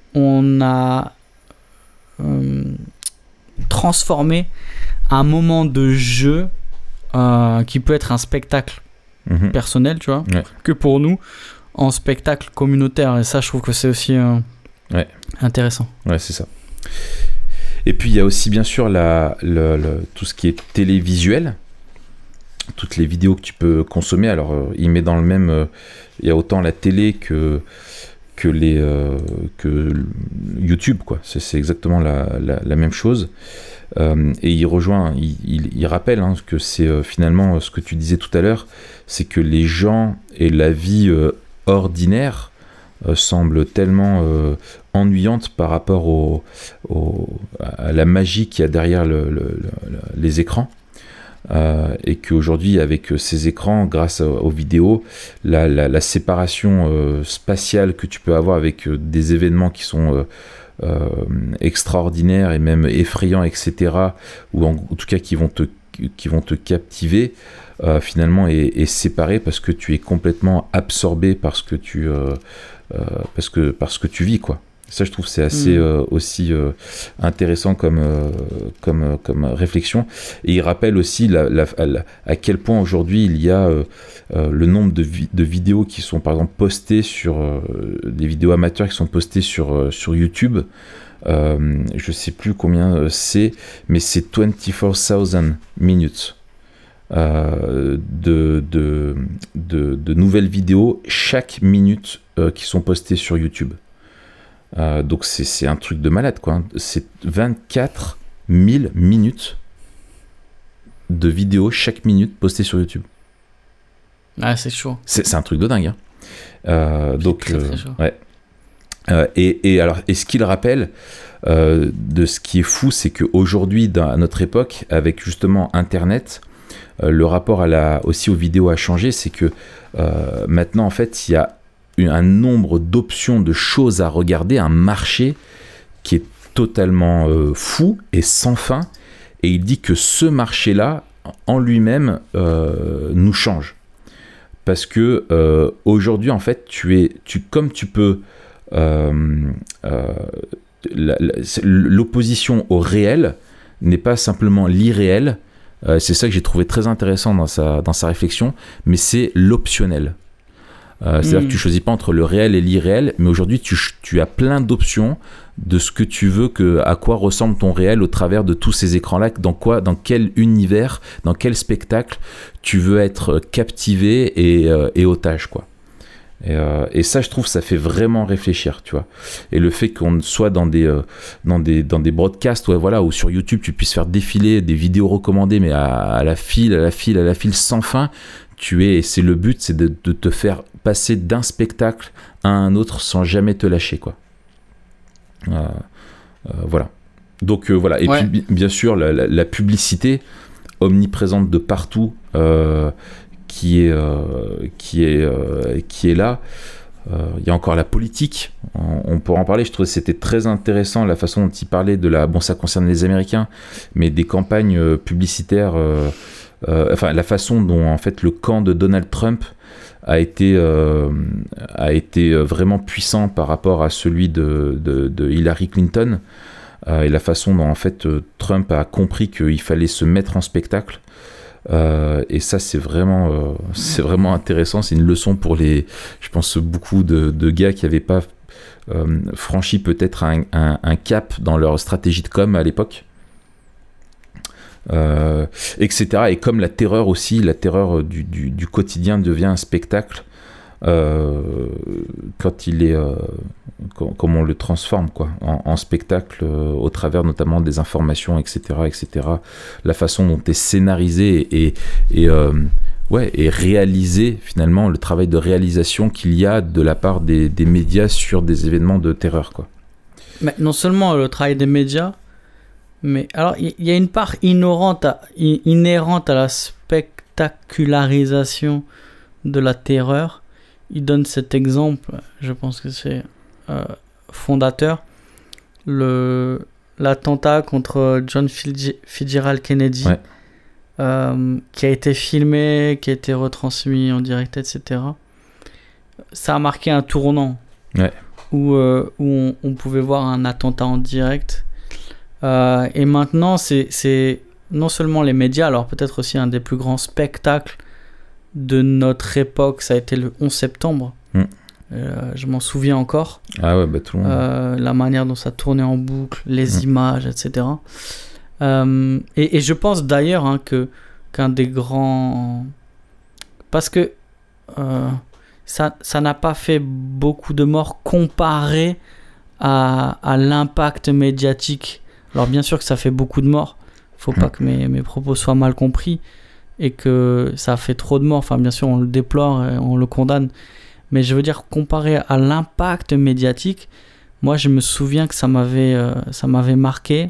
transformé un moment de jeu qui peut être un spectacle personnel, tu vois, que pour nous en spectacle communautaire. Et ça, je trouve que c'est aussi intéressant. Ouais, c'est ça. Et puis il y a aussi bien sûr tout ce qui est télévisuel, toutes les vidéos que tu peux consommer. Alors il met dans le même, il y a autant la télé que YouTube, quoi. C'est exactement la même chose. Et il rejoint, il rappelle, hein, que c'est finalement ce que tu disais tout à l'heure, c'est que les gens et la vie ordinaire semble tellement ennuyante par rapport à la magie qu'il y a derrière les écrans, et qu'aujourd'hui avec ces écrans, grâce aux vidéos, la séparation spatiale que tu peux avoir avec des événements qui sont extraordinaires et même effrayants, etc., ou en tout cas qui vont te captiver, finalement est séparé, parce que tu es complètement absorbé par ce que tu vis, quoi. Ça, je trouve, c'est assez aussi intéressant comme réflexion. Et il rappelle aussi à quel point aujourd'hui il y a le nombre de vidéos qui sont par exemple postées des vidéos amateurs qui sont postées sur YouTube. Je sais plus combien c'est, mais c'est 24,000 minutes de nouvelles vidéos chaque minute qui sont postées sur YouTube. Donc c'est un truc de malade, quoi. C'est 24 000 minutes de vidéos chaque minute postées sur YouTube. Ah, c'est chaud. C'est un truc de dingue, hein. Donc très chaud. Ouais. Et ce qu'il rappelle de ce qui est fou, c'est qu'aujourd'hui, à notre époque, avec justement Internet, le rapport aussi aux vidéos a changé. C'est que maintenant, en fait, il y a un nombre d'options, de choses à regarder, un marché qui est totalement fou et sans fin. Et il dit que ce marché-là, en lui-même, nous change. Parce que aujourd'hui, en fait, comme tu peux... l'opposition au réel n'est pas simplement l'irréel, c'est ça que j'ai trouvé très intéressant dans sa réflexion, mais c'est l'optionnel. C'est-à-dire que tu choisis pas entre le réel et l'irréel, mais aujourd'hui tu as plein d'options de ce que tu veux, à quoi ressemble ton réel au travers de tous ces écrans-là, dans quel univers, dans quel spectacle tu veux être captivé et otage, quoi. Et ça, je trouve, ça fait vraiment réfléchir, tu vois. Et le fait qu'on soit dans des broadcasts, voilà, ou sur YouTube, tu puisses faire défiler des vidéos recommandées, mais à la file sans fin. C'est le but, c'est de te faire passer d'un spectacle à un autre sans jamais te lâcher, quoi. Voilà. Donc voilà. Et puis bien sûr, la publicité omniprésente de partout. Qui est là. Il y a encore la politique, on pourra en parler. Je trouvais que c'était très intéressant la façon dont il parlait ça concerne les Américains, mais des campagnes publicitaires, la façon dont en fait le camp de Donald Trump a été vraiment puissant par rapport à celui de Hillary Clinton, et la façon dont en fait Trump a compris qu'il fallait se mettre en spectacle. Et ça, c'est vraiment intéressant. C'est une leçon pour je pense, beaucoup de gars qui n'avaient pas franchi peut-être un cap dans leur stratégie de com à l'époque, etc. Et comme la terreur du quotidien devient un spectacle, quand il est comme on le transforme, quoi, en spectacle, au travers notamment des informations, etc., la façon dont est scénarisé et réalisé, finalement, le travail de réalisation qu'il y a de la part des médias sur des événements de terreur, quoi. Mais non seulement le travail des médias, mais alors il y a une part inhérente à la spectacularisation de la terreur. Il donne cet exemple, je pense que c'est fondateur, l'attentat contre John Fitzgerald Kennedy, qui a été filmé, qui a été retransmis en direct, etc. Ça a marqué un tournant, où on pouvait voir un attentat en direct. Et maintenant, c'est non seulement les médias, alors peut-être aussi un des plus grands spectacles de notre époque, ça a été le 11 septembre. Je m'en souviens encore. Ah ouais, tout le monde. La manière dont ça tournait en boucle, les images, etc. Et je pense d'ailleurs qu'un des grands... Parce que ça n'a pas fait beaucoup de morts comparé à l'impact médiatique. Alors bien sûr que ça fait beaucoup de morts. Faut pas que mes propos soient mal compris. Et que ça fait trop de morts, enfin bien sûr on le déplore et on le condamne, mais je veux dire, comparé à l'impact médiatique, moi je me souviens que ça m'avait marqué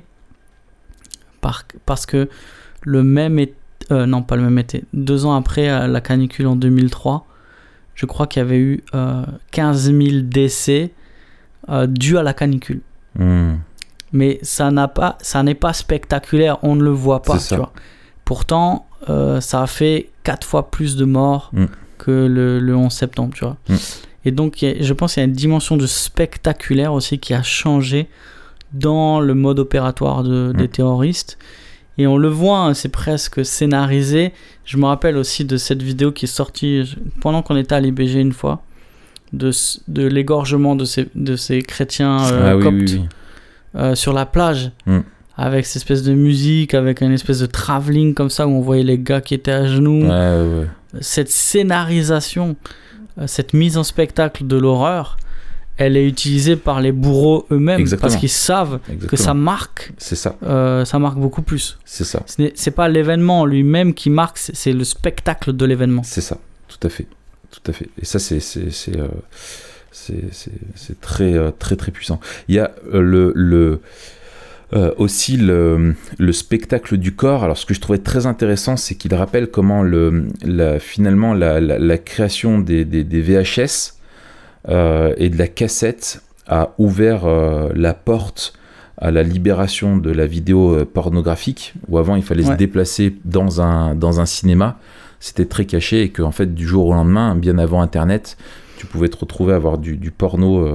parce que le même été, non pas le même été, 2 ans après la canicule en 2003, je crois qu'il y avait eu 15 000 décès dus à la canicule. Mais ça n'est pas spectaculaire, on ne le voit pas, tu vois. Pourtant, ça a fait 4 fois plus de morts que le 11 septembre, tu vois. Et donc, je pense qu'il y a une dimension de spectaculaire aussi qui a changé dans le mode opératoire des terroristes. Et on le voit, hein, c'est presque scénarisé. Je me rappelle aussi de cette vidéo qui est sortie pendant qu'on était à l'IBG une fois, de l'égorgement de ces chrétiens coptes sur la plage, avec cette espèce de musique, avec une espèce de travelling comme ça, où on voyait les gars qui étaient à genoux. Cette scénarisation, cette mise en spectacle de l'horreur, elle est utilisée par les bourreaux eux-mêmes. Exactement. Parce qu'ils savent que ça marque. C'est ça. Ça marque beaucoup plus. C'est ça. C'est pas l'événement lui-même qui marque, c'est le spectacle de l'événement. C'est ça, tout à fait. Tout à fait. Et ça, c'est très, très, très puissant. Il y a aussi le spectacle du corps. Alors, ce que je trouvais très intéressant, c'est qu'il rappelle comment finalement la création des VHS et de la cassette a ouvert la porte à la libération de la vidéo pornographique, où avant il fallait se déplacer dans un cinéma, c'était très caché, et qu'en fait du jour au lendemain, bien avant Internet, tu pouvais te retrouver à avoir du porno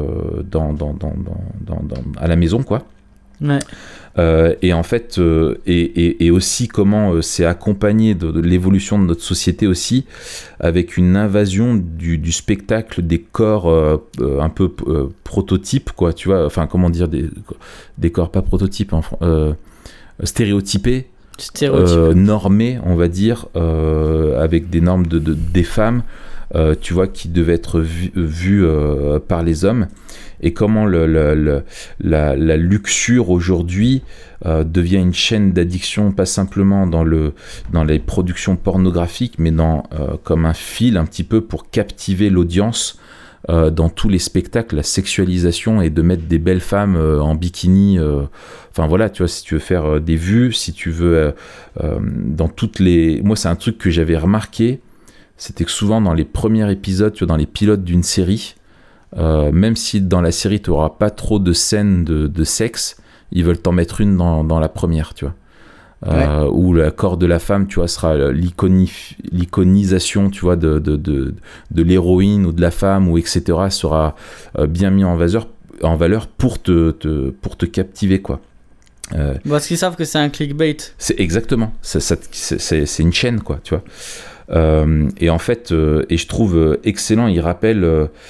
à la maison, quoi. Ouais. Et en fait, et aussi comment c'est accompagné de l'évolution de notre société aussi, avec une invasion du spectacle des corps un peu prototypes, quoi, tu vois, enfin comment dire, des corps pas prototypes, stéréotypés, normés, on va dire, avec des normes des femmes, tu vois, qui devaient être vues par les hommes. Et comment la luxure aujourd'hui devient une chaîne d'addiction, pas simplement dans les productions pornographiques, mais comme un fil un petit peu pour captiver l'audience dans tous les spectacles, la sexualisation, et de mettre des belles femmes en bikini. Enfin voilà, tu vois, si tu veux faire des vues, si tu veux dans toutes les... Moi, c'est un truc que j'avais remarqué, c'était que souvent dans les premiers épisodes, tu vois, dans les pilotes d'une série, même si dans la série tu n'auras pas trop de scènes de sexe, ils veulent t'en mettre une dans la première, tu vois. Où le corps de la femme, tu vois, sera l'iconisation, tu vois, de l'héroïne ou de la femme, ou etc., sera bien mis en valeur pour te captiver, quoi. Parce qu'ils savent que c'est un clickbait. C'est exactement, c'est une chaîne, quoi, tu vois. Et en fait, et je trouve excellent, il rappelle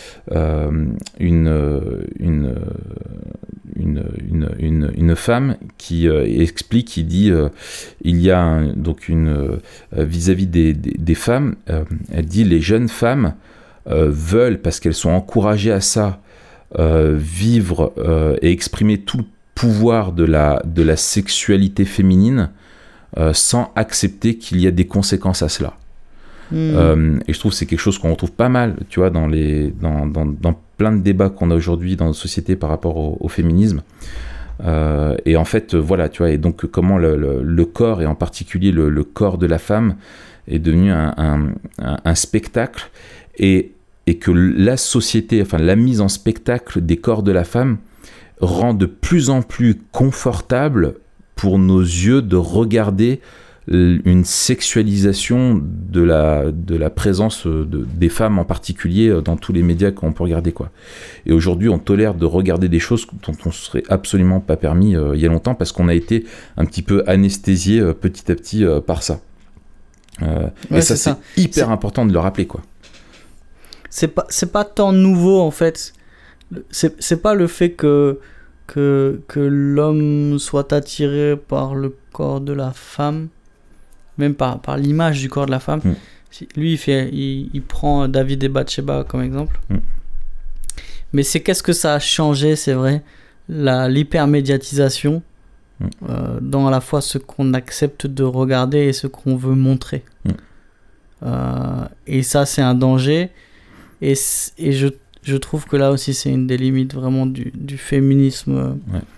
une femme qui explique, qui dit il y a donc vis-à-vis des femmes, elle dit les jeunes femmes veulent, parce qu'elles sont encouragées à ça, vivre et exprimer tout le pouvoir de la sexualité féminine sans accepter qu'il y a des conséquences à cela. Et je trouve que c'est quelque chose qu'on retrouve pas mal, tu vois, dans plein de débats qu'on a aujourd'hui dans notre société par rapport au féminisme. Et en fait, voilà, tu vois, et donc comment le corps, et en particulier le corps de la femme, est devenu un spectacle, et que la société, enfin la mise en spectacle des corps de la femme rend de plus en plus confortable pour nos yeux de regarder une sexualisation de la présence des femmes en particulier dans tous les médias qu'on peut regarder, quoi. Et aujourd'hui, on tolère de regarder des choses dont on ne serait absolument pas permis il y a longtemps, parce qu'on a été un petit peu anesthésié petit à petit par ça. Et ça, c'est hyper important de le rappeler, quoi. C'est pas tant nouveau, en fait. C'est pas le fait que l'homme soit attiré par le corps de la femme, même par l'image du corps de la femme. Lui, il prend David et Bathsheba comme exemple. Mais c'est qu'est-ce que ça a changé, c'est vrai, l'hypermédiatisation dans à la fois ce qu'on accepte de regarder et ce qu'on veut montrer. Et ça, c'est un danger. Et je trouve que là aussi, c'est une des limites vraiment du féminisme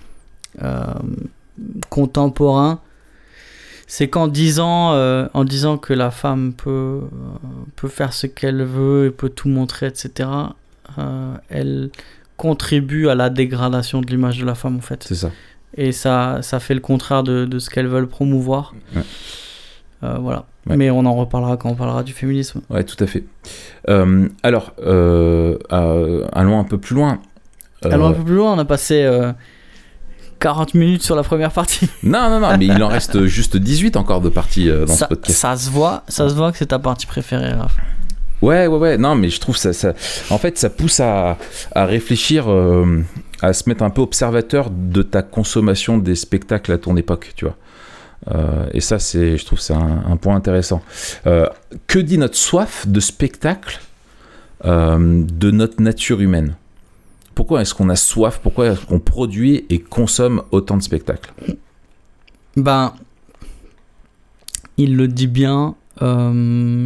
contemporain. C'est qu'en disant que la femme peut faire ce qu'elle veut et peut tout montrer, etc., elle contribue à la dégradation de l'image de la femme, en fait. C'est ça. Et ça fait le contraire de ce qu'elles veulent promouvoir. Voilà. Ouais. Mais on en reparlera quand on parlera du féminisme. Ouais, tout à fait. Alors, allons un peu plus loin. Allons un peu plus loin, on a passé 40 minutes sur la première partie. Non, mais il en reste juste 18 encore de parties dans ce podcast. Ça se voit que c'est ta partie préférée, Raph. Ouais, non, mais je trouve ça en fait, ça pousse à réfléchir, à se mettre un peu observateur de ta consommation des spectacles à ton époque, tu vois. Et ça, je trouve c'est un point intéressant. Que dit notre soif de spectacle de notre nature humaine? Pourquoi est-ce qu'on a soif? Pourquoi est-ce qu'on produit et consomme autant de spectacles? Ben, il le dit bien. On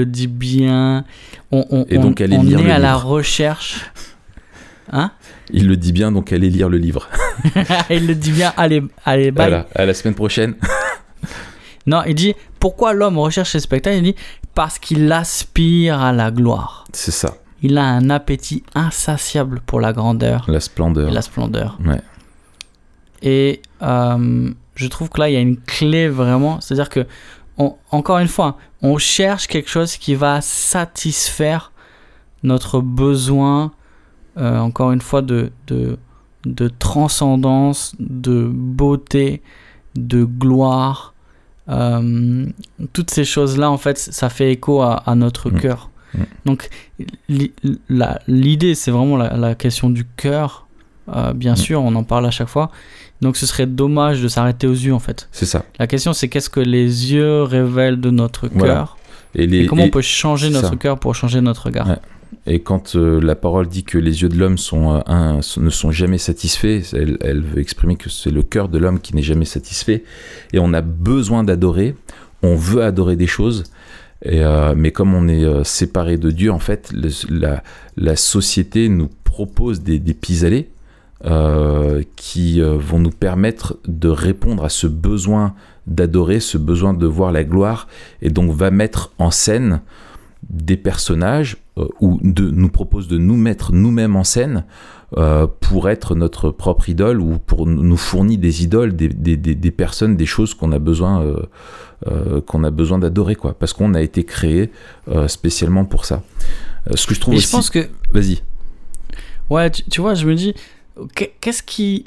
est à la recherche. Hein? Il le dit bien, donc allez lire le livre. Il le dit bien, allez, bye. Voilà, à la semaine prochaine. Non, il dit pourquoi l'homme recherche ces spectacles? Il dit parce qu'il aspire à la gloire. C'est ça. Il a un appétit insatiable pour la grandeur. La splendeur. Et la splendeur. Ouais. Et je trouve que là, il y a une clé vraiment. C'est-à-dire que, encore une fois, on cherche quelque chose qui va satisfaire notre besoin, encore une fois, de transcendance, de beauté, de gloire. Toutes ces choses-là, en fait, ça fait écho à notre cœur. Donc, l'idée, c'est vraiment la question du cœur. Bien sûr, on en parle à chaque fois. Donc, ce serait dommage de s'arrêter aux yeux, en fait. C'est ça. La question, c'est qu'est-ce que les yeux révèlent de notre cœur, et comment on peut changer notre cœur pour changer notre regard. Ouais. Et quand la parole dit que les yeux de l'homme ne sont jamais satisfaits, elle veut exprimer que c'est le cœur de l'homme qui n'est jamais satisfait. Et on a besoin d'adorer, on veut adorer des choses. Mais comme on est séparé de Dieu, en fait, la société nous propose des pis-aller qui vont nous permettre de répondre à ce besoin d'adorer, ce besoin de voir la gloire, et donc va mettre en scène des personnages ou nous propose de nous mettre nous-mêmes en scène pour être notre propre idole, ou pour nous fournir des idoles, des personnes, des choses qu'on a besoin d'adorer, quoi, parce qu'on a été créé spécialement pour ça. Ce que je trouve et aussi... je pense que... Vas-y. Ouais, tu vois, je me dis, qu'est-ce qui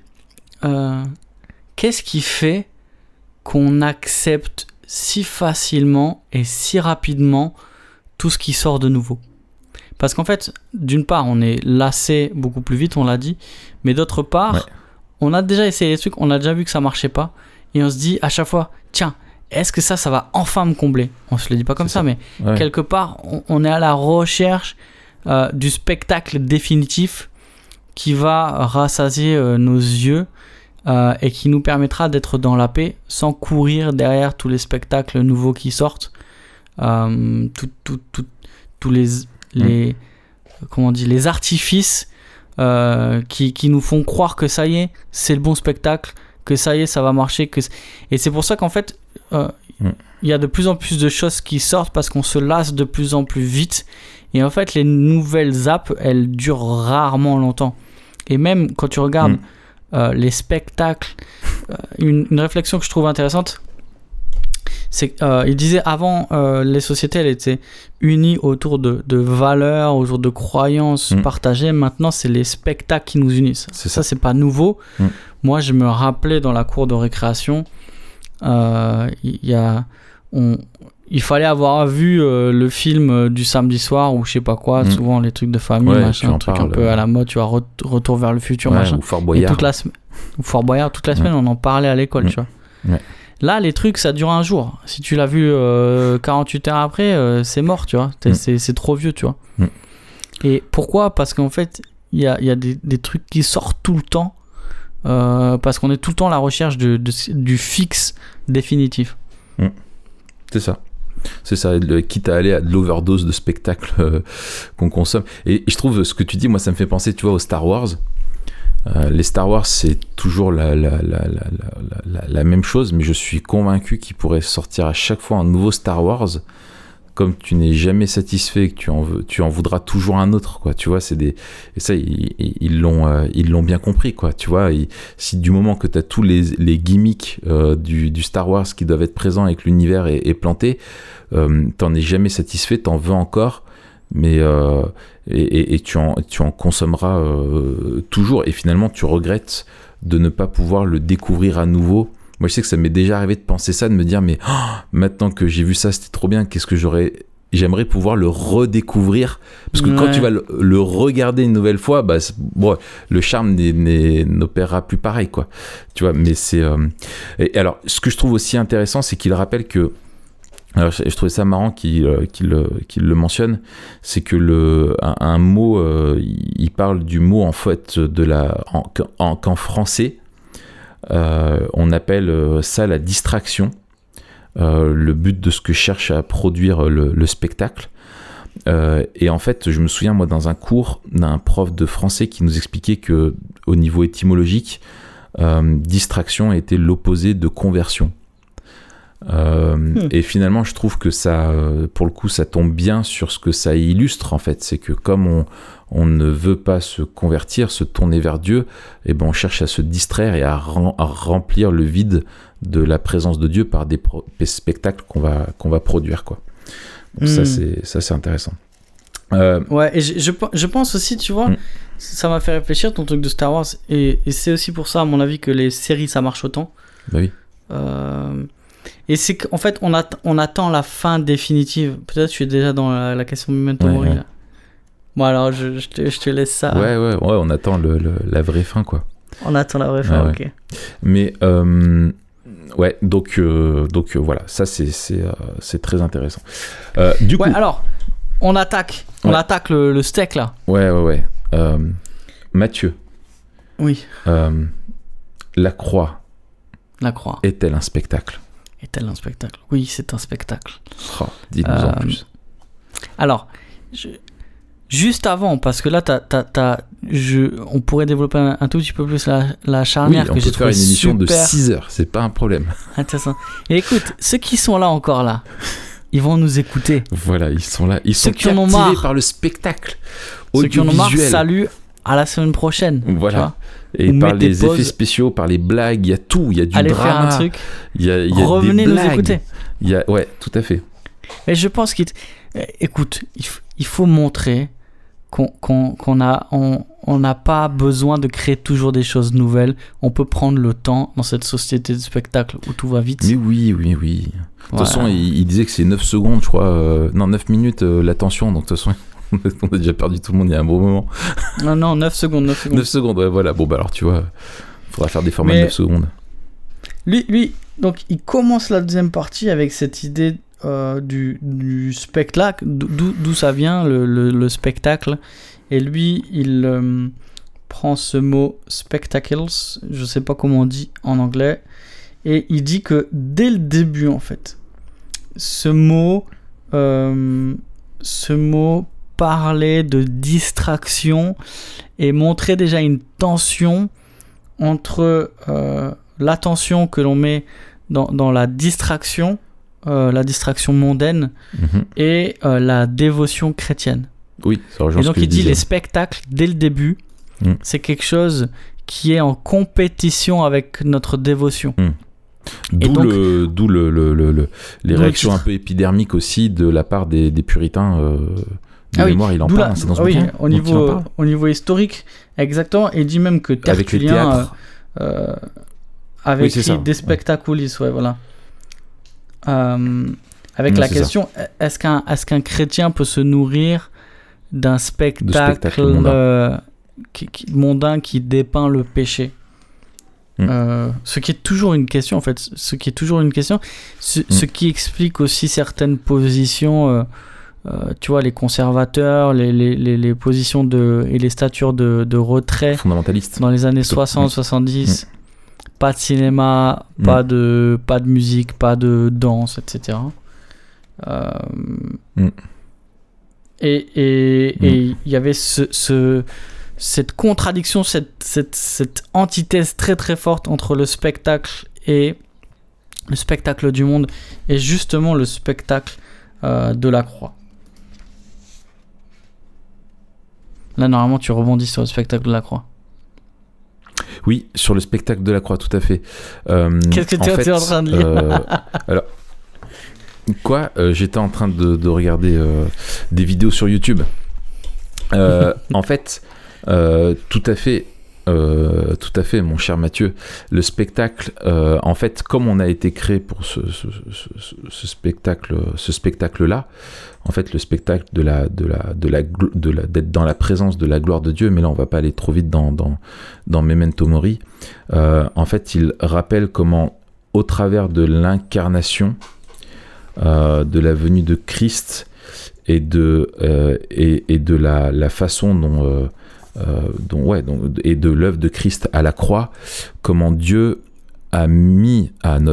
fait qu'on accepte si facilement et si rapidement tout ce qui sort de nouveau? Parce qu'en fait, d'une part, on est lassé beaucoup plus vite, on l'a dit, mais d'autre part, on a déjà essayé les trucs, on a déjà vu que ça marchait pas, et on se dit à chaque fois, tiens, est-ce que ça va enfin me combler? On se le dit pas comme ça, mais quelque part, on est à la recherche du spectacle définitif qui va rassasier nos yeux et qui nous permettra d'être dans la paix sans courir derrière tous les spectacles nouveaux qui sortent, tous les artifices qui nous font croire que ça y est, c'est le bon spectacle, que ça y est, ça va marcher. Et c'est pour ça qu'en fait, il y a de plus en plus de choses qui sortent parce qu'on se lasse de plus en plus vite. Et en fait, les nouvelles apps, elles durent rarement longtemps. Et même quand tu regardes les spectacles, une réflexion que je trouve intéressante, c'est il disait avant, les sociétés, elles étaient unies autour de valeurs, autour de croyances partagées. Maintenant, c'est les spectacles qui nous unissent. Ça, c'est pas nouveau. Moi, je me rappelais dans la cour de récréation, il fallait avoir vu le film du samedi soir ou je sais pas quoi, souvent les trucs de famille, machin, un truc un peu à la mode, tu vois, Retour vers le futur, machin. Ou Fort Boyard. Ou Fort Boyard, toute la semaine, on en parlait à l'école, tu vois. Ouais. Là, les trucs, ça dure un jour. Si tu l'as vu 48 heures après, c'est mort, tu vois. C'est trop vieux, tu vois. Et pourquoi? Parce qu'en fait, il y a des trucs qui sortent tout le temps, parce qu'on est tout le temps à la recherche du fixe définitif. C'est ça, quitte à aller à de l'overdose de spectacles qu'on consomme. Et je trouve, ce que tu dis, moi, ça me fait penser, tu vois, aux Star Wars. Les Star Wars, c'est toujours la même chose, mais je suis convaincu qu'il pourrait sortir à chaque fois un nouveau Star Wars comme tu n'es jamais satisfait, que tu en voudras toujours un autre, quoi. Tu vois, et ça, ils l'ont bien compris, quoi. Tu vois, si du moment que tu as tous les gimmicks du Star Wars qui doivent être présents et que l'univers est planté, t'en es jamais satisfait, t'en veux encore, mais et tu en consommeras toujours, et finalement tu regrettes de ne pas pouvoir le découvrir à nouveau. Moi je sais que ça m'est déjà arrivé de penser ça, de me dire mais maintenant que j'ai vu ça, c'était trop bien, j'aimerais pouvoir le redécouvrir, parce que quand tu vas le regarder une nouvelle fois, le charme n'opérera plus pareil, quoi. Tu vois, mais c'est et alors ce que je trouve aussi intéressant, c'est qu'il rappelle que, alors je trouvais ça marrant qu'il le mentionne, c'est que un mot, il parle du mot en fait qu'en français on appelle ça la distraction, le but de ce que cherche à produire le spectacle. Et en fait, je me souviens, moi, dans un cours d'un prof de français qui nous expliquait que au niveau étymologique, distraction était l'opposé de conversion. Et finalement je trouve que ça, pour le coup, ça tombe bien sur ce que ça illustre, en fait. C'est que comme on ne veut pas se convertir, se tourner vers Dieu, et on cherche à se distraire et à remplir le vide de la présence de Dieu par des spectacles qu'on va produire, quoi. Donc ça c'est intéressant. Ouais, et je pense aussi, tu vois, ça m'a fait réfléchir ton truc de Star Wars, et c'est aussi pour ça, à mon avis, que les séries ça marche autant. Bah oui. Et c'est qu'en fait, on attend la fin définitive. Peut-être je suis déjà dans la question Memento Mori, là. Bon, alors je te laisse ça. Ouais, on attend la vraie fin, quoi. On attend la vraie fin, ok. Mais, donc voilà, ça c'est très intéressant. Du coup, alors, on attaque le steak, là. Ouais. Mathieu. Oui. La croix. Est-elle un spectacle ? Est-elle un spectacle ? Oui, c'est un spectacle. Oh, dis-nous en plus. Alors, juste avant, parce que là, on pourrait développer un tout petit peu plus la charnière que j'ai trouvé super. On peut faire une émission de 6 heures, c'est pas un problème. Intéressant. Et écoute, ceux qui sont là encore là, ils vont nous écouter. Voilà, ils sont là. Ils sont captivés par le spectacle audiovisuel. Ceux qui en ont marre, salut, à la semaine prochaine. Voilà. Et par les effets spéciaux, par les blagues, il y a tout, il y a du drama. Allez faire un truc. Il y a revenez des blagues. Nous écouter. Ouais, tout à fait. Et je pense écoute, il faut montrer qu'on n'a pas besoin de créer toujours des choses nouvelles. On peut prendre le temps dans cette société de spectacle où tout va vite. Mais oui. De toute façon, il disait que c'est 9 secondes, je crois. 9 minutes l'attention. Donc de toute façon, on a déjà perdu tout le monde il y a un bon moment. Non, 9 secondes. 9 secondes, ouais, voilà. Bon, alors tu vois, il faudra faire des formats de 9 secondes. Lui, donc il commence la deuxième partie avec cette idée du spectacle, d'où ça vient le spectacle, et lui il prend ce mot spectacles, je sais pas comment on dit en anglais, et il dit que dès le début, en fait, ce mot parlait de distraction et montrait déjà une tension entre l'attention que l'on met dans la distraction mondaine et la dévotion chrétienne. Oui, ça rejoint. Et donc il dit les spectacles dès le début, c'est quelque chose qui est en compétition avec notre dévotion. D'où les réactions un peu épidermiques aussi de la part des puritains. De mémoire, il en parle. C'est dans ce bouquin. Au niveau historique, exactement. Et il dit même que Tertullien avait écrit des spectaculis, voilà. Avec la question, est-ce qu'un chrétien peut se nourrir d'un spectacle mondain qui dépeint le péché? Ce qui est toujours une question, en fait. Ce qui explique aussi certaines positions, tu vois, les conservateurs, les positions et les statures de retrait fondamentalistes dans les années 60-70. Pas de cinéma, pas de musique, pas de danse, etc. Et il y avait cette contradiction, cette antithèse très très forte entre le spectacle et le spectacle du monde, et justement le spectacle de la croix. Là, normalement, tu rebondis sur le spectacle de la croix. Oui, sur le spectacle de la croix, tout à fait. Qu'est-ce que tu es en train de lire alors, quoi j'étais en train de regarder des vidéos sur YouTube. En fait, tout à fait, mon cher Mathieu. Le spectacle, en fait, comme on a été créé pour ce spectacle-là, en fait, le spectacle d'être dans la présence de la gloire de Dieu, mais là, on va pas aller trop vite dans Memento Mori. En fait, il rappelle comment, au travers de l'incarnation, de la venue de Christ et de la façon dont et de l'œuvre de Christ à la croix, comment Dieu a mis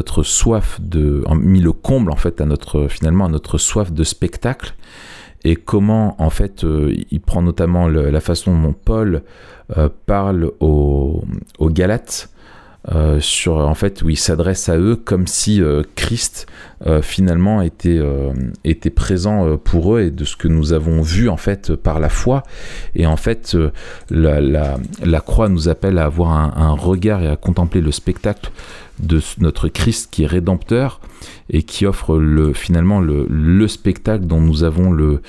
le comble en fait à notre soif de spectacle, et comment en fait il prend notamment la façon dont Paul parle aux Galates, sur en fait où il s'adresse à eux comme si Christ finalement était présent pour eux, et de ce que nous avons vu en fait par la foi. Et en fait la croix nous appelle à avoir un regard et à contempler le spectacle de notre Christ qui est rédempteur et qui offre finalement le spectacle dont nous avons le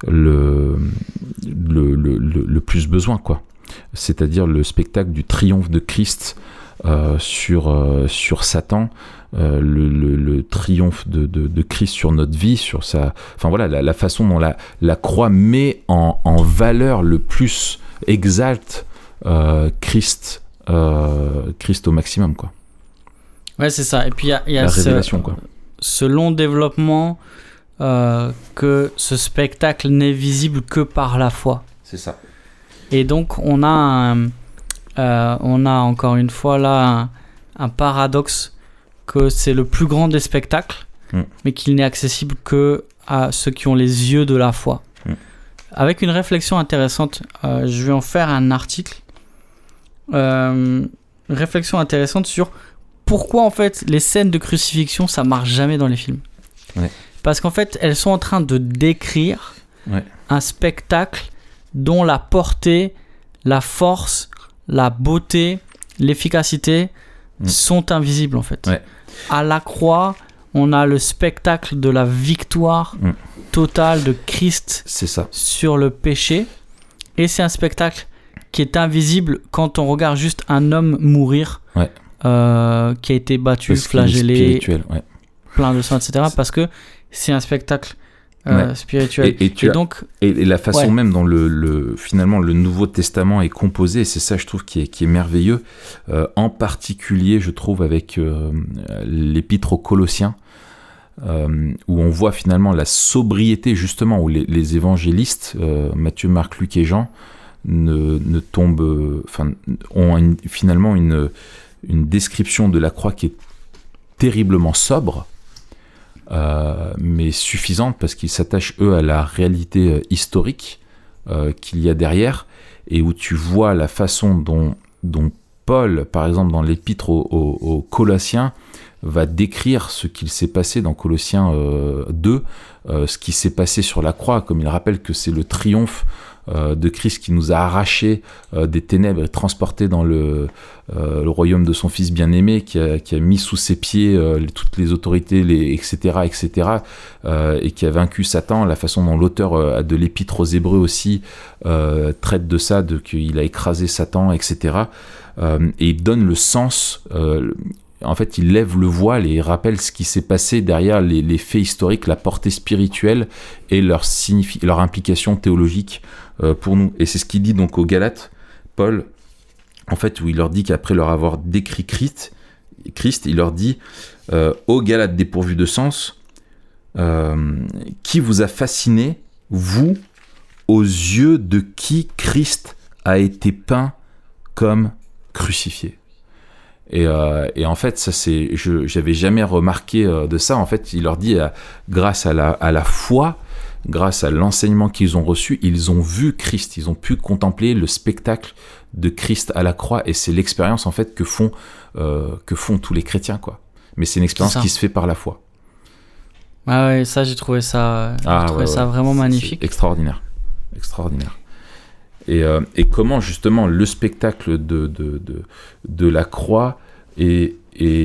plus besoin, quoi. C'est-à-dire le spectacle du triomphe de Christ sur Satan, le triomphe de Christ sur notre vie, sur la façon dont la croix met en valeur le plus, exalte Christ au maximum, quoi. Ouais, c'est ça. Et puis il y a la révélation, quoi. Ce long développement que ce spectacle n'est visible que par la foi. C'est ça. Et donc on a encore une fois là un paradoxe, que c'est le plus grand des spectacles, mais qu'il n'est accessible que à ceux qui ont les yeux de la foi. Avec une réflexion intéressante, je vais en faire un article. Réflexion intéressante sur pourquoi en fait les scènes de crucifixion ça marche jamais dans les films. Ouais. Parce qu'en fait elles sont en train de décrire un spectacle dont la portée, la force, la beauté, l'efficacité sont invisibles en fait. Ouais. À la croix, on a le spectacle de la victoire totale de Christ sur le péché, et c'est un spectacle qui est invisible quand on regarde juste un homme mourir, qui a été battu, flagellé, plein de sang, etc. Parce que c'est un spectacle spirituel. Et la façon même dont finalement le Nouveau Testament est composé, et c'est ça je trouve qui est merveilleux, en particulier je trouve avec l'épître aux Colossiens, où on voit finalement la sobriété, justement, où les évangélistes, Matthieu, Marc, Luc et Jean, ont finalement une description de la croix qui est terriblement sobre, mais suffisante, parce qu'ils s'attachent eux à la réalité historique qu'il y a derrière, et où tu vois la façon dont Paul, par exemple dans l'épître aux Colossiens, va décrire ce qu'il s'est passé dans Colossiens 2, ce qui s'est passé sur la croix, comme il rappelle que c'est le triomphe de Christ qui nous a arrachés des ténèbres et transportés dans le royaume de son Fils bien-aimé, qui a mis sous ses pieds toutes les autorités, etc., et qui a vaincu Satan. La façon dont l'auteur de l'Épître aux Hébreux aussi traite de ça, qu'il a écrasé Satan, etc. Et il donne le sens... En fait, il lève le voile et il rappelle ce qui s'est passé derrière les faits historiques, la portée spirituelle et leur implication théologique pour nous. Et c'est ce qu'il dit donc aux Galates, Paul, en fait, où il leur dit qu'après leur avoir décrit Christ, il leur dit aux Galates dépourvus de sens, qui vous a fasciné, vous, aux yeux de qui Christ a été peint comme crucifié. Et en fait, ça j'avais jamais remarqué de ça. En fait, il leur dit, grâce à la foi, grâce à l'enseignement qu'ils ont reçu, ils ont vu Christ, ils ont pu contempler le spectacle de Christ à la croix, et c'est l'expérience en fait que font tous les chrétiens, quoi. Mais c'est une expérience qui se fait par la foi. Ah ouais, ça j'ai trouvé ça, ça vraiment magnifique. C'est extraordinaire. Et comment justement le spectacle de la croix est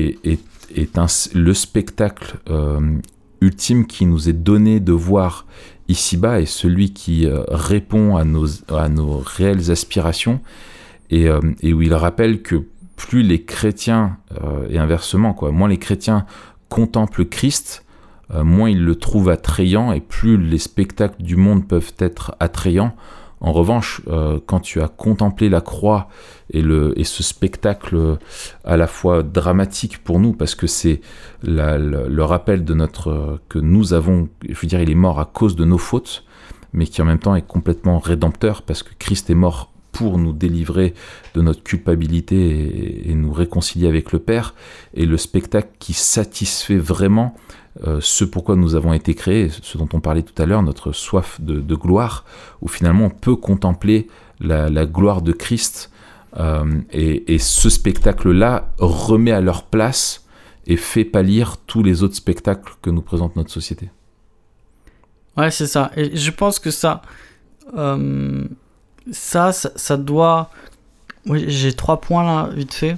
le spectacle ultime qui nous est donné de voir ici-bas, et celui qui répond à nos réelles aspirations, et où il rappelle que plus les chrétiens, et inversement, moins les chrétiens contemplent Christ, moins ils le trouvent attrayant, et plus les spectacles du monde peuvent être attrayants. En revanche, quand tu as contemplé la croix et ce spectacle à la fois dramatique pour nous, parce que c'est le rappel de que nous avons, je veux dire, il est mort à cause de nos fautes, mais qui en même temps est complètement rédempteur, parce que Christ est mort pour nous délivrer de notre culpabilité et nous réconcilier avec le Père, et le spectacle qui satisfait vraiment ce pourquoi nous avons été créés, ce dont on parlait tout à l'heure, notre soif de gloire, où finalement on peut contempler la gloire de Christ, et ce spectacle-là remet à leur place et fait pâlir tous les autres spectacles que nous présente notre société. Ouais, c'est ça. Et je pense que ça doit... Oui, j'ai 3 points là, vite fait.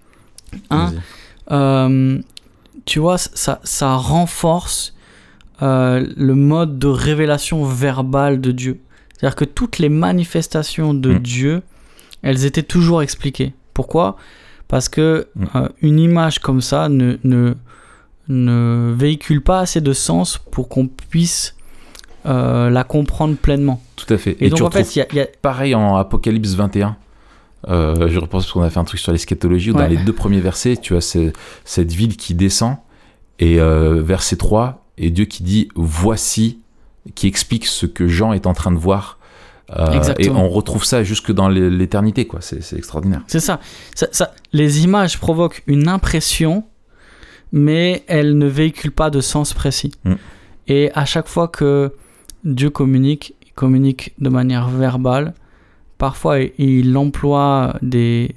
Tu vois, ça renforce le mode de révélation verbale de Dieu. C'est-à-dire que toutes les manifestations de Dieu, elles étaient toujours expliquées. Pourquoi ? Parce que une image comme ça ne véhicule pas assez de sens pour qu'on puisse la comprendre pleinement. Tout à fait. Et donc, en fait, il y a... Pareil en Apocalypse 21. Je repense parce qu'on a fait un truc sur l'eschatologie où dans les 2 premiers versets, tu as cette ville qui descend, et verset 3, et Dieu qui dit « Voici », qui explique ce que Jean est en train de voir. Et on retrouve ça jusque dans l'éternité, quoi. C'est extraordinaire. C'est ça. Les images provoquent une impression, mais elles ne véhiculent pas de sens précis. Et à chaque fois que Dieu communique de manière verbale. Parfois, il emploie des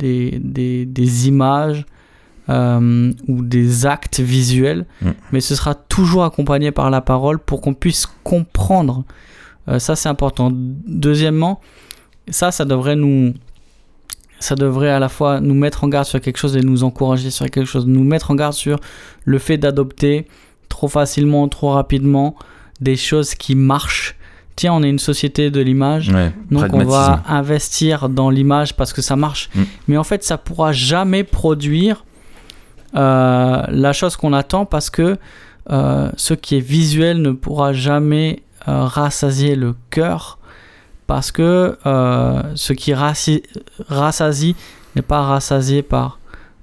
images ou des actes visuels, mais ce sera toujours accompagné par la parole pour qu'on puisse comprendre. Ça, c'est important. Deuxièmement, ça devrait à la fois nous mettre en garde sur quelque chose et nous encourager sur quelque chose. Nous mettre en garde sur le fait d'adopter trop facilement, trop rapidement des choses qui marchent. Tiens, on est une société de l'image, donc on va investir dans l'image parce que ça marche. Mais en fait, ça ne pourra jamais produire la chose qu'on attend, parce que ce qui est visuel ne pourra jamais rassasier le cœur, parce que ce qui rassasie n'est pas rassasié par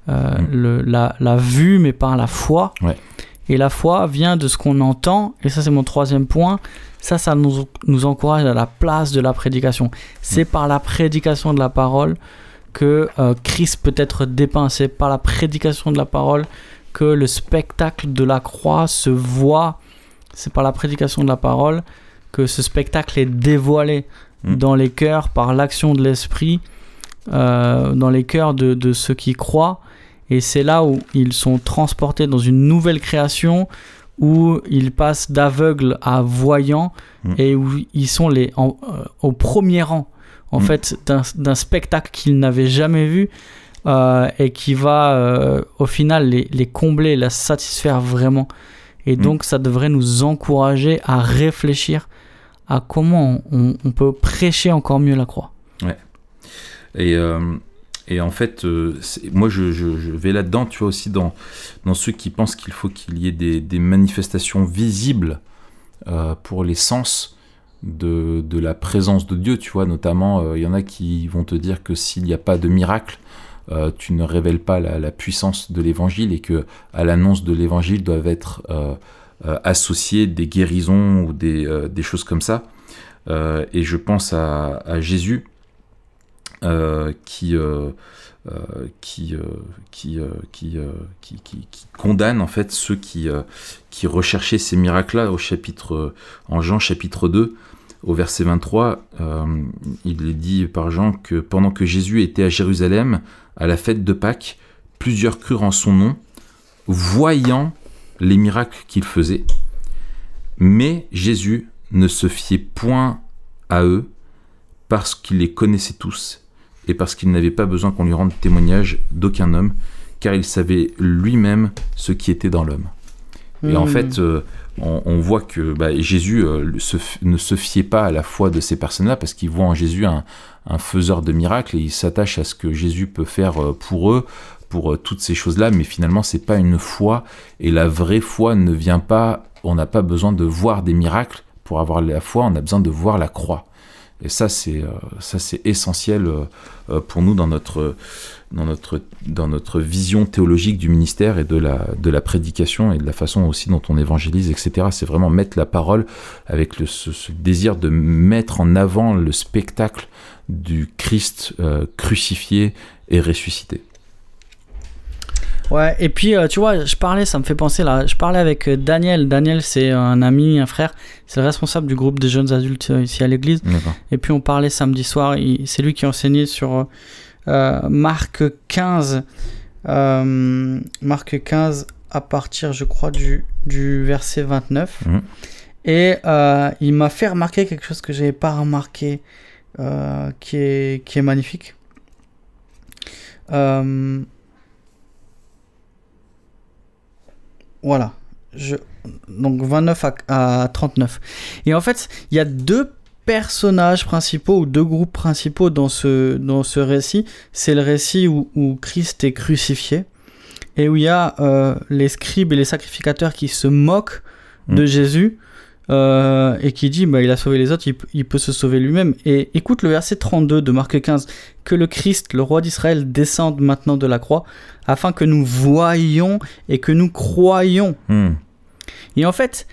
la vue, mais par la foi. Et la foi vient de ce qu'on entend, et ça c'est mon 3e point. Ça nous encourage à la place de la prédication. C'est par la prédication de la parole que Christ peut être dépeint. C'est par la prédication de la parole que le spectacle de la croix se voit. C'est par la prédication de la parole que ce spectacle est dévoilé dans les cœurs par l'action de l'Esprit, dans les cœurs de ceux qui croient. Et c'est là où ils sont transportés dans une nouvelle création, où ils passent d'aveugle à voyant, et où ils sont au premier rang en fait d'un spectacle qu'ils n'avaient jamais vu, et qui va au final les combler, les satisfaire vraiment. Et donc ça devrait nous encourager à réfléchir à comment on peut prêcher encore mieux la croix. Et en fait, moi je vais là-dedans, tu vois, aussi dans ceux qui pensent qu'il faut qu'il y ait des manifestations visibles pour les sens de la présence de Dieu, tu vois. Notamment, il y en a qui vont te dire que s'il n'y a pas de miracle, tu ne révèles pas la puissance de l'évangile, et que à l'annonce de l'évangile doivent être associées des guérisons ou des choses comme ça. Et je pense à Jésus, qui condamne en fait ceux qui recherchaient ces miracles-là en Jean chapitre 2 au verset 23. Il est dit par Jean que pendant que Jésus était à Jérusalem à la fête de Pâques, plusieurs crurent en son nom, voyant les miracles qu'il faisait. Mais Jésus ne se fiait point à eux parce qu'il les connaissait tous et parce qu'il n'avait pas besoin qu'on lui rende témoignage d'aucun homme, car il savait lui-même ce qui était dans l'homme. Et en fait, on voit que Jésus ne se fiait pas à la foi de ces personnes-là parce qu'ils voient en Jésus un faiseur de miracles et ils s'attachent à ce que Jésus peut faire pour eux, pour toutes ces choses-là, mais finalement, c'est pas une foi. Et la vraie foi ne vient pas, on n'a pas besoin de voir des miracles pour avoir la foi, on a besoin de voir la croix. Et ça, c'est essentiel pour nous dans notre vision théologique du ministère et de la prédication et de la façon aussi dont on évangélise, etc. C'est vraiment mettre la parole avec ce désir de mettre en avant le spectacle du Christ crucifié et ressuscité. Ouais, et puis tu vois, ça me fait penser là, je parlais avec Daniel. Daniel, c'est un ami, un frère, c'est le responsable du groupe des jeunes adultes ici à l'église. D'accord. Et puis on parlait samedi soir, c'est lui qui enseignait sur Marc 15. Marc 15 à partir, je crois, du verset 29. Et il m'a fait remarquer quelque chose que je n'avais pas remarqué, qui est magnifique. Voilà, donc 29 à 39. Et en fait, il y a deux personnages principaux ou deux groupes principaux dans ce récit. C'est le récit où Christ est crucifié et où il y a les scribes et les sacrificateurs qui se moquent de Jésus et qui dit il a sauvé les autres, il peut se sauver lui-même. Et écoute le verset 32 de Marc 15. Que le Christ, le roi d'Israël, descende maintenant de la croix afin que nous voyions et que nous croyions. Et en fait,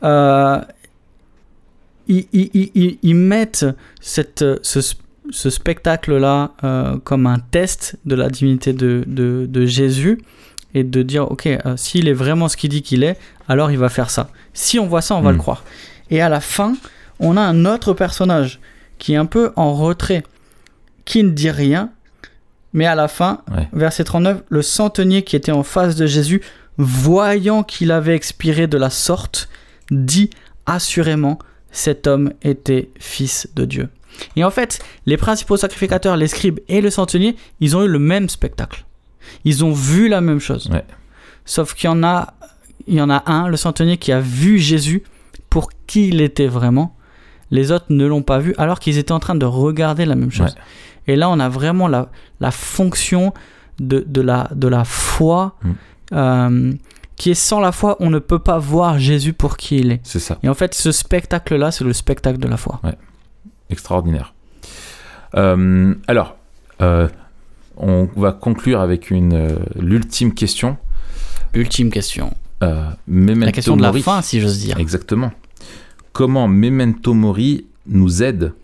ils mettent ce spectacle-là comme un test de la divinité de Jésus et de dire, ok, s'il est vraiment ce qu'il dit qu'il est, alors il va faire ça. Si on voit ça, on va le croire. Et à la fin, on a un autre personnage qui est un peu en retrait, qui ne dit rien, mais à la fin, verset 39, le centenier qui était en face de Jésus, voyant qu'il avait expiré de la sorte, dit assurément, cet homme était fils de Dieu. Et en fait, les principaux sacrificateurs, les scribes et le centenier, ils ont eu le même spectacle. Ils ont vu la même chose. Sauf qu'il y en a un, le centenier, qui a vu Jésus pour qui il était vraiment. Les autres ne l'ont pas vu, alors qu'ils étaient en train de regarder la même chose. Et là, on a vraiment la fonction de la foi, qui est sans la foi, on ne peut pas voir Jésus pour qui il est. C'est ça. Et en fait, ce spectacle-là, c'est le spectacle de la foi. Extraordinaire. Alors, on va conclure avec l'ultime question. Ultime question. Memento la question de Mori. la fin, si j'ose dire. Exactement. Comment Memento Mori nous aide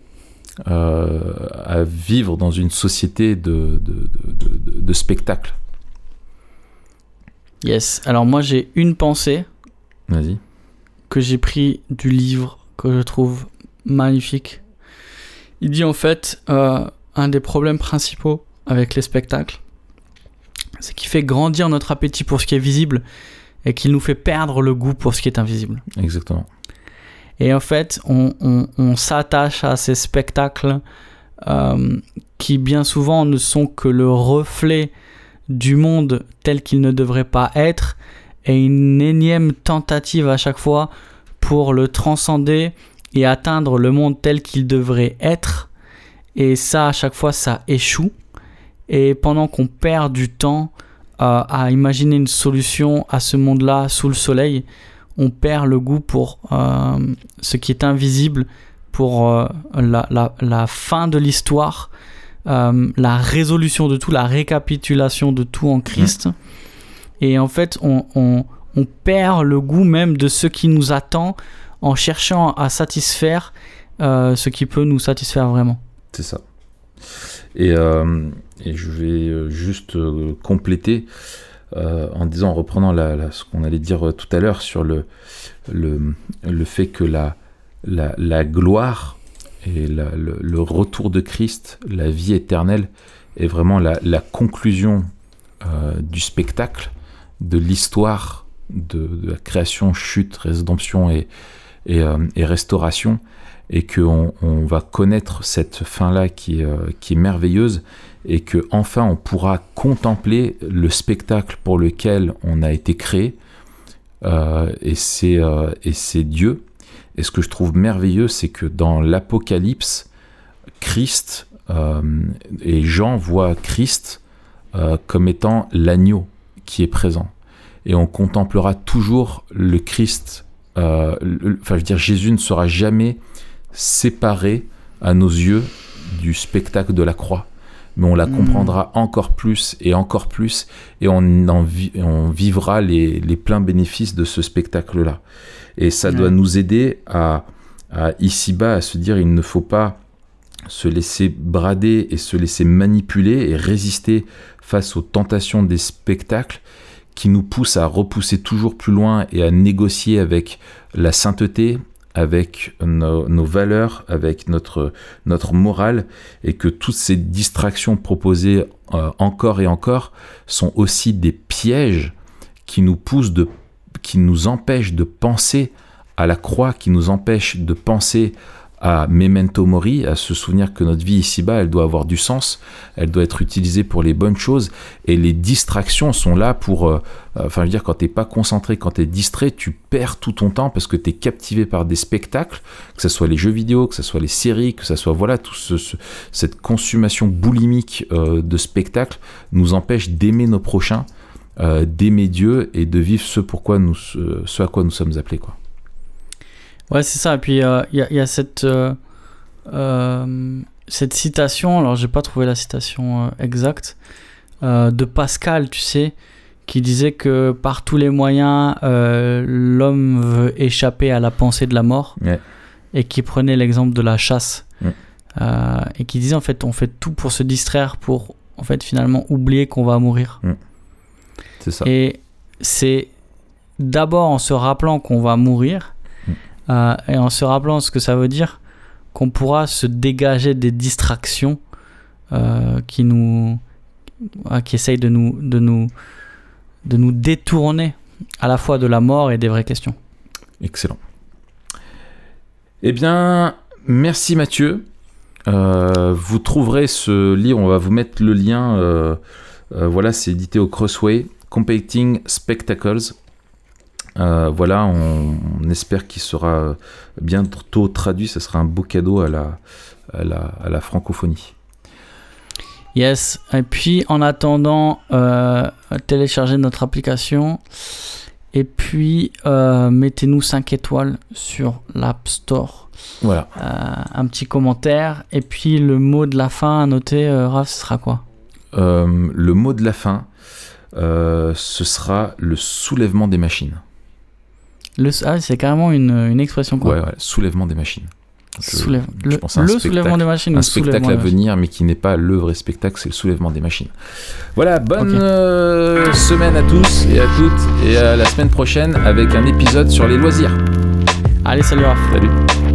à vivre dans une société de spectacle? Yes. Alors moi, j'ai une pensée. Vas-y. Que j'ai pris du livre, que je trouve magnifique. Il dit en fait, un des problèmes principaux avec les spectacles, c'est qu'il fait grandir notre appétit pour ce qui est visible et qu'il nous fait perdre le goût pour ce qui est invisible. Exactement. Et en fait, on s'attache à ces spectacles qui bien souvent ne sont que le reflet du monde tel qu'il ne devrait pas être et une énième tentative à chaque fois pour le transcender et atteindre le monde tel qu'il devrait être. Et ça, à chaque fois, ça échoue. Et pendant qu'on perd du temps à imaginer une solution à ce monde-là sous le soleil, on perd le goût pour ce qui est invisible, pour la fin de l'histoire, la résolution de tout, la récapitulation de tout en Christ. Et en fait, on perd le goût même de ce qui nous attend en cherchant à satisfaire ce qui peut nous satisfaire vraiment. C'est ça. Et je vais juste compléter en disant, en reprenant ce qu'on allait dire tout à l'heure sur le fait que la gloire et le retour de Christ, la vie éternelle, est vraiment la conclusion du spectacle, de l'histoire de la création, chute, rédemption et restauration, et qu'on va connaître cette fin-là qui est merveilleuse, et que enfin on pourra contempler le spectacle pour lequel on a été créé, et c'est Dieu. Et ce que je trouve merveilleux, c'est que dans l'Apocalypse, Christ et Jean voient Christ comme étant l'agneau qui est présent, et on contemplera toujours le Christ. Jésus ne sera jamais séparé à nos yeux du spectacle de la croix, mais on la comprendra encore plus, et on vivra les pleins bénéfices de ce spectacle-là. Et ça doit nous aider à ici-bas à se dire, il ne faut pas se laisser brader et se laisser manipuler et résister face aux tentations des spectacles qui nous poussent à repousser toujours plus loin et à négocier avec la sainteté, avec nos valeurs, avec notre morale, et que toutes ces distractions proposées encore et encore sont aussi des pièges qui nous poussent qui nous empêchent de penser à la croix, qui nous empêchent de penser à Memento Mori, à se souvenir que notre vie ici-bas, elle doit avoir du sens, elle doit être utilisée pour les bonnes choses, et les distractions sont là pour... quand t'es pas concentré, quand t'es distrait, tu perds tout ton temps parce que t'es captivé par des spectacles, que ce soit les jeux vidéo, que ce soit les séries, que ce soit cette consommation boulimique de spectacles nous empêche d'aimer nos prochains, d'aimer Dieu et de vivre ce à quoi nous sommes appelés, quoi. Ouais, c'est ça. Et puis, il y a cette citation, alors j'ai pas trouvé la citation exacte, de Pascal, tu sais, qui disait que par tous les moyens, l'homme veut échapper à la pensée de la mort, et qui prenait l'exemple de la chasse. Et qui disait, en fait, on fait tout pour se distraire, pour, en fait, finalement, oublier qu'on va mourir. C'est ça. Et c'est d'abord en se rappelant qu'on va mourir, et en se rappelant ce que ça veut dire, qu'on pourra se dégager des distractions qui essayent de nous détourner à la fois de la mort et des vraies questions. Excellent. Eh bien, merci Mathieu. Vous trouverez ce livre, on va vous mettre le lien. C'est édité au Crossway, Competing Spectacles. On espère qu'il sera bientôt traduit. Ce sera un beau cadeau à la francophonie. Yes. Et puis en attendant, téléchargez notre application, et puis mettez-nous 5 étoiles sur l'App Store. Voilà. Un petit commentaire, et puis le mot de la fin à noter, Raph, ce sera quoi ? Le mot de la fin, ce sera le soulèvement des machines. C'est carrément une expression, quoi. Ouais, soulèvement des machines. Le soulèvement des machines. Un spectacle à venir, mais qui n'est pas le vrai spectacle, c'est le soulèvement des machines. Voilà, bonne semaine à tous et à toutes, et à la semaine prochaine avec un épisode sur les loisirs. Allez, salut Raph. Salut.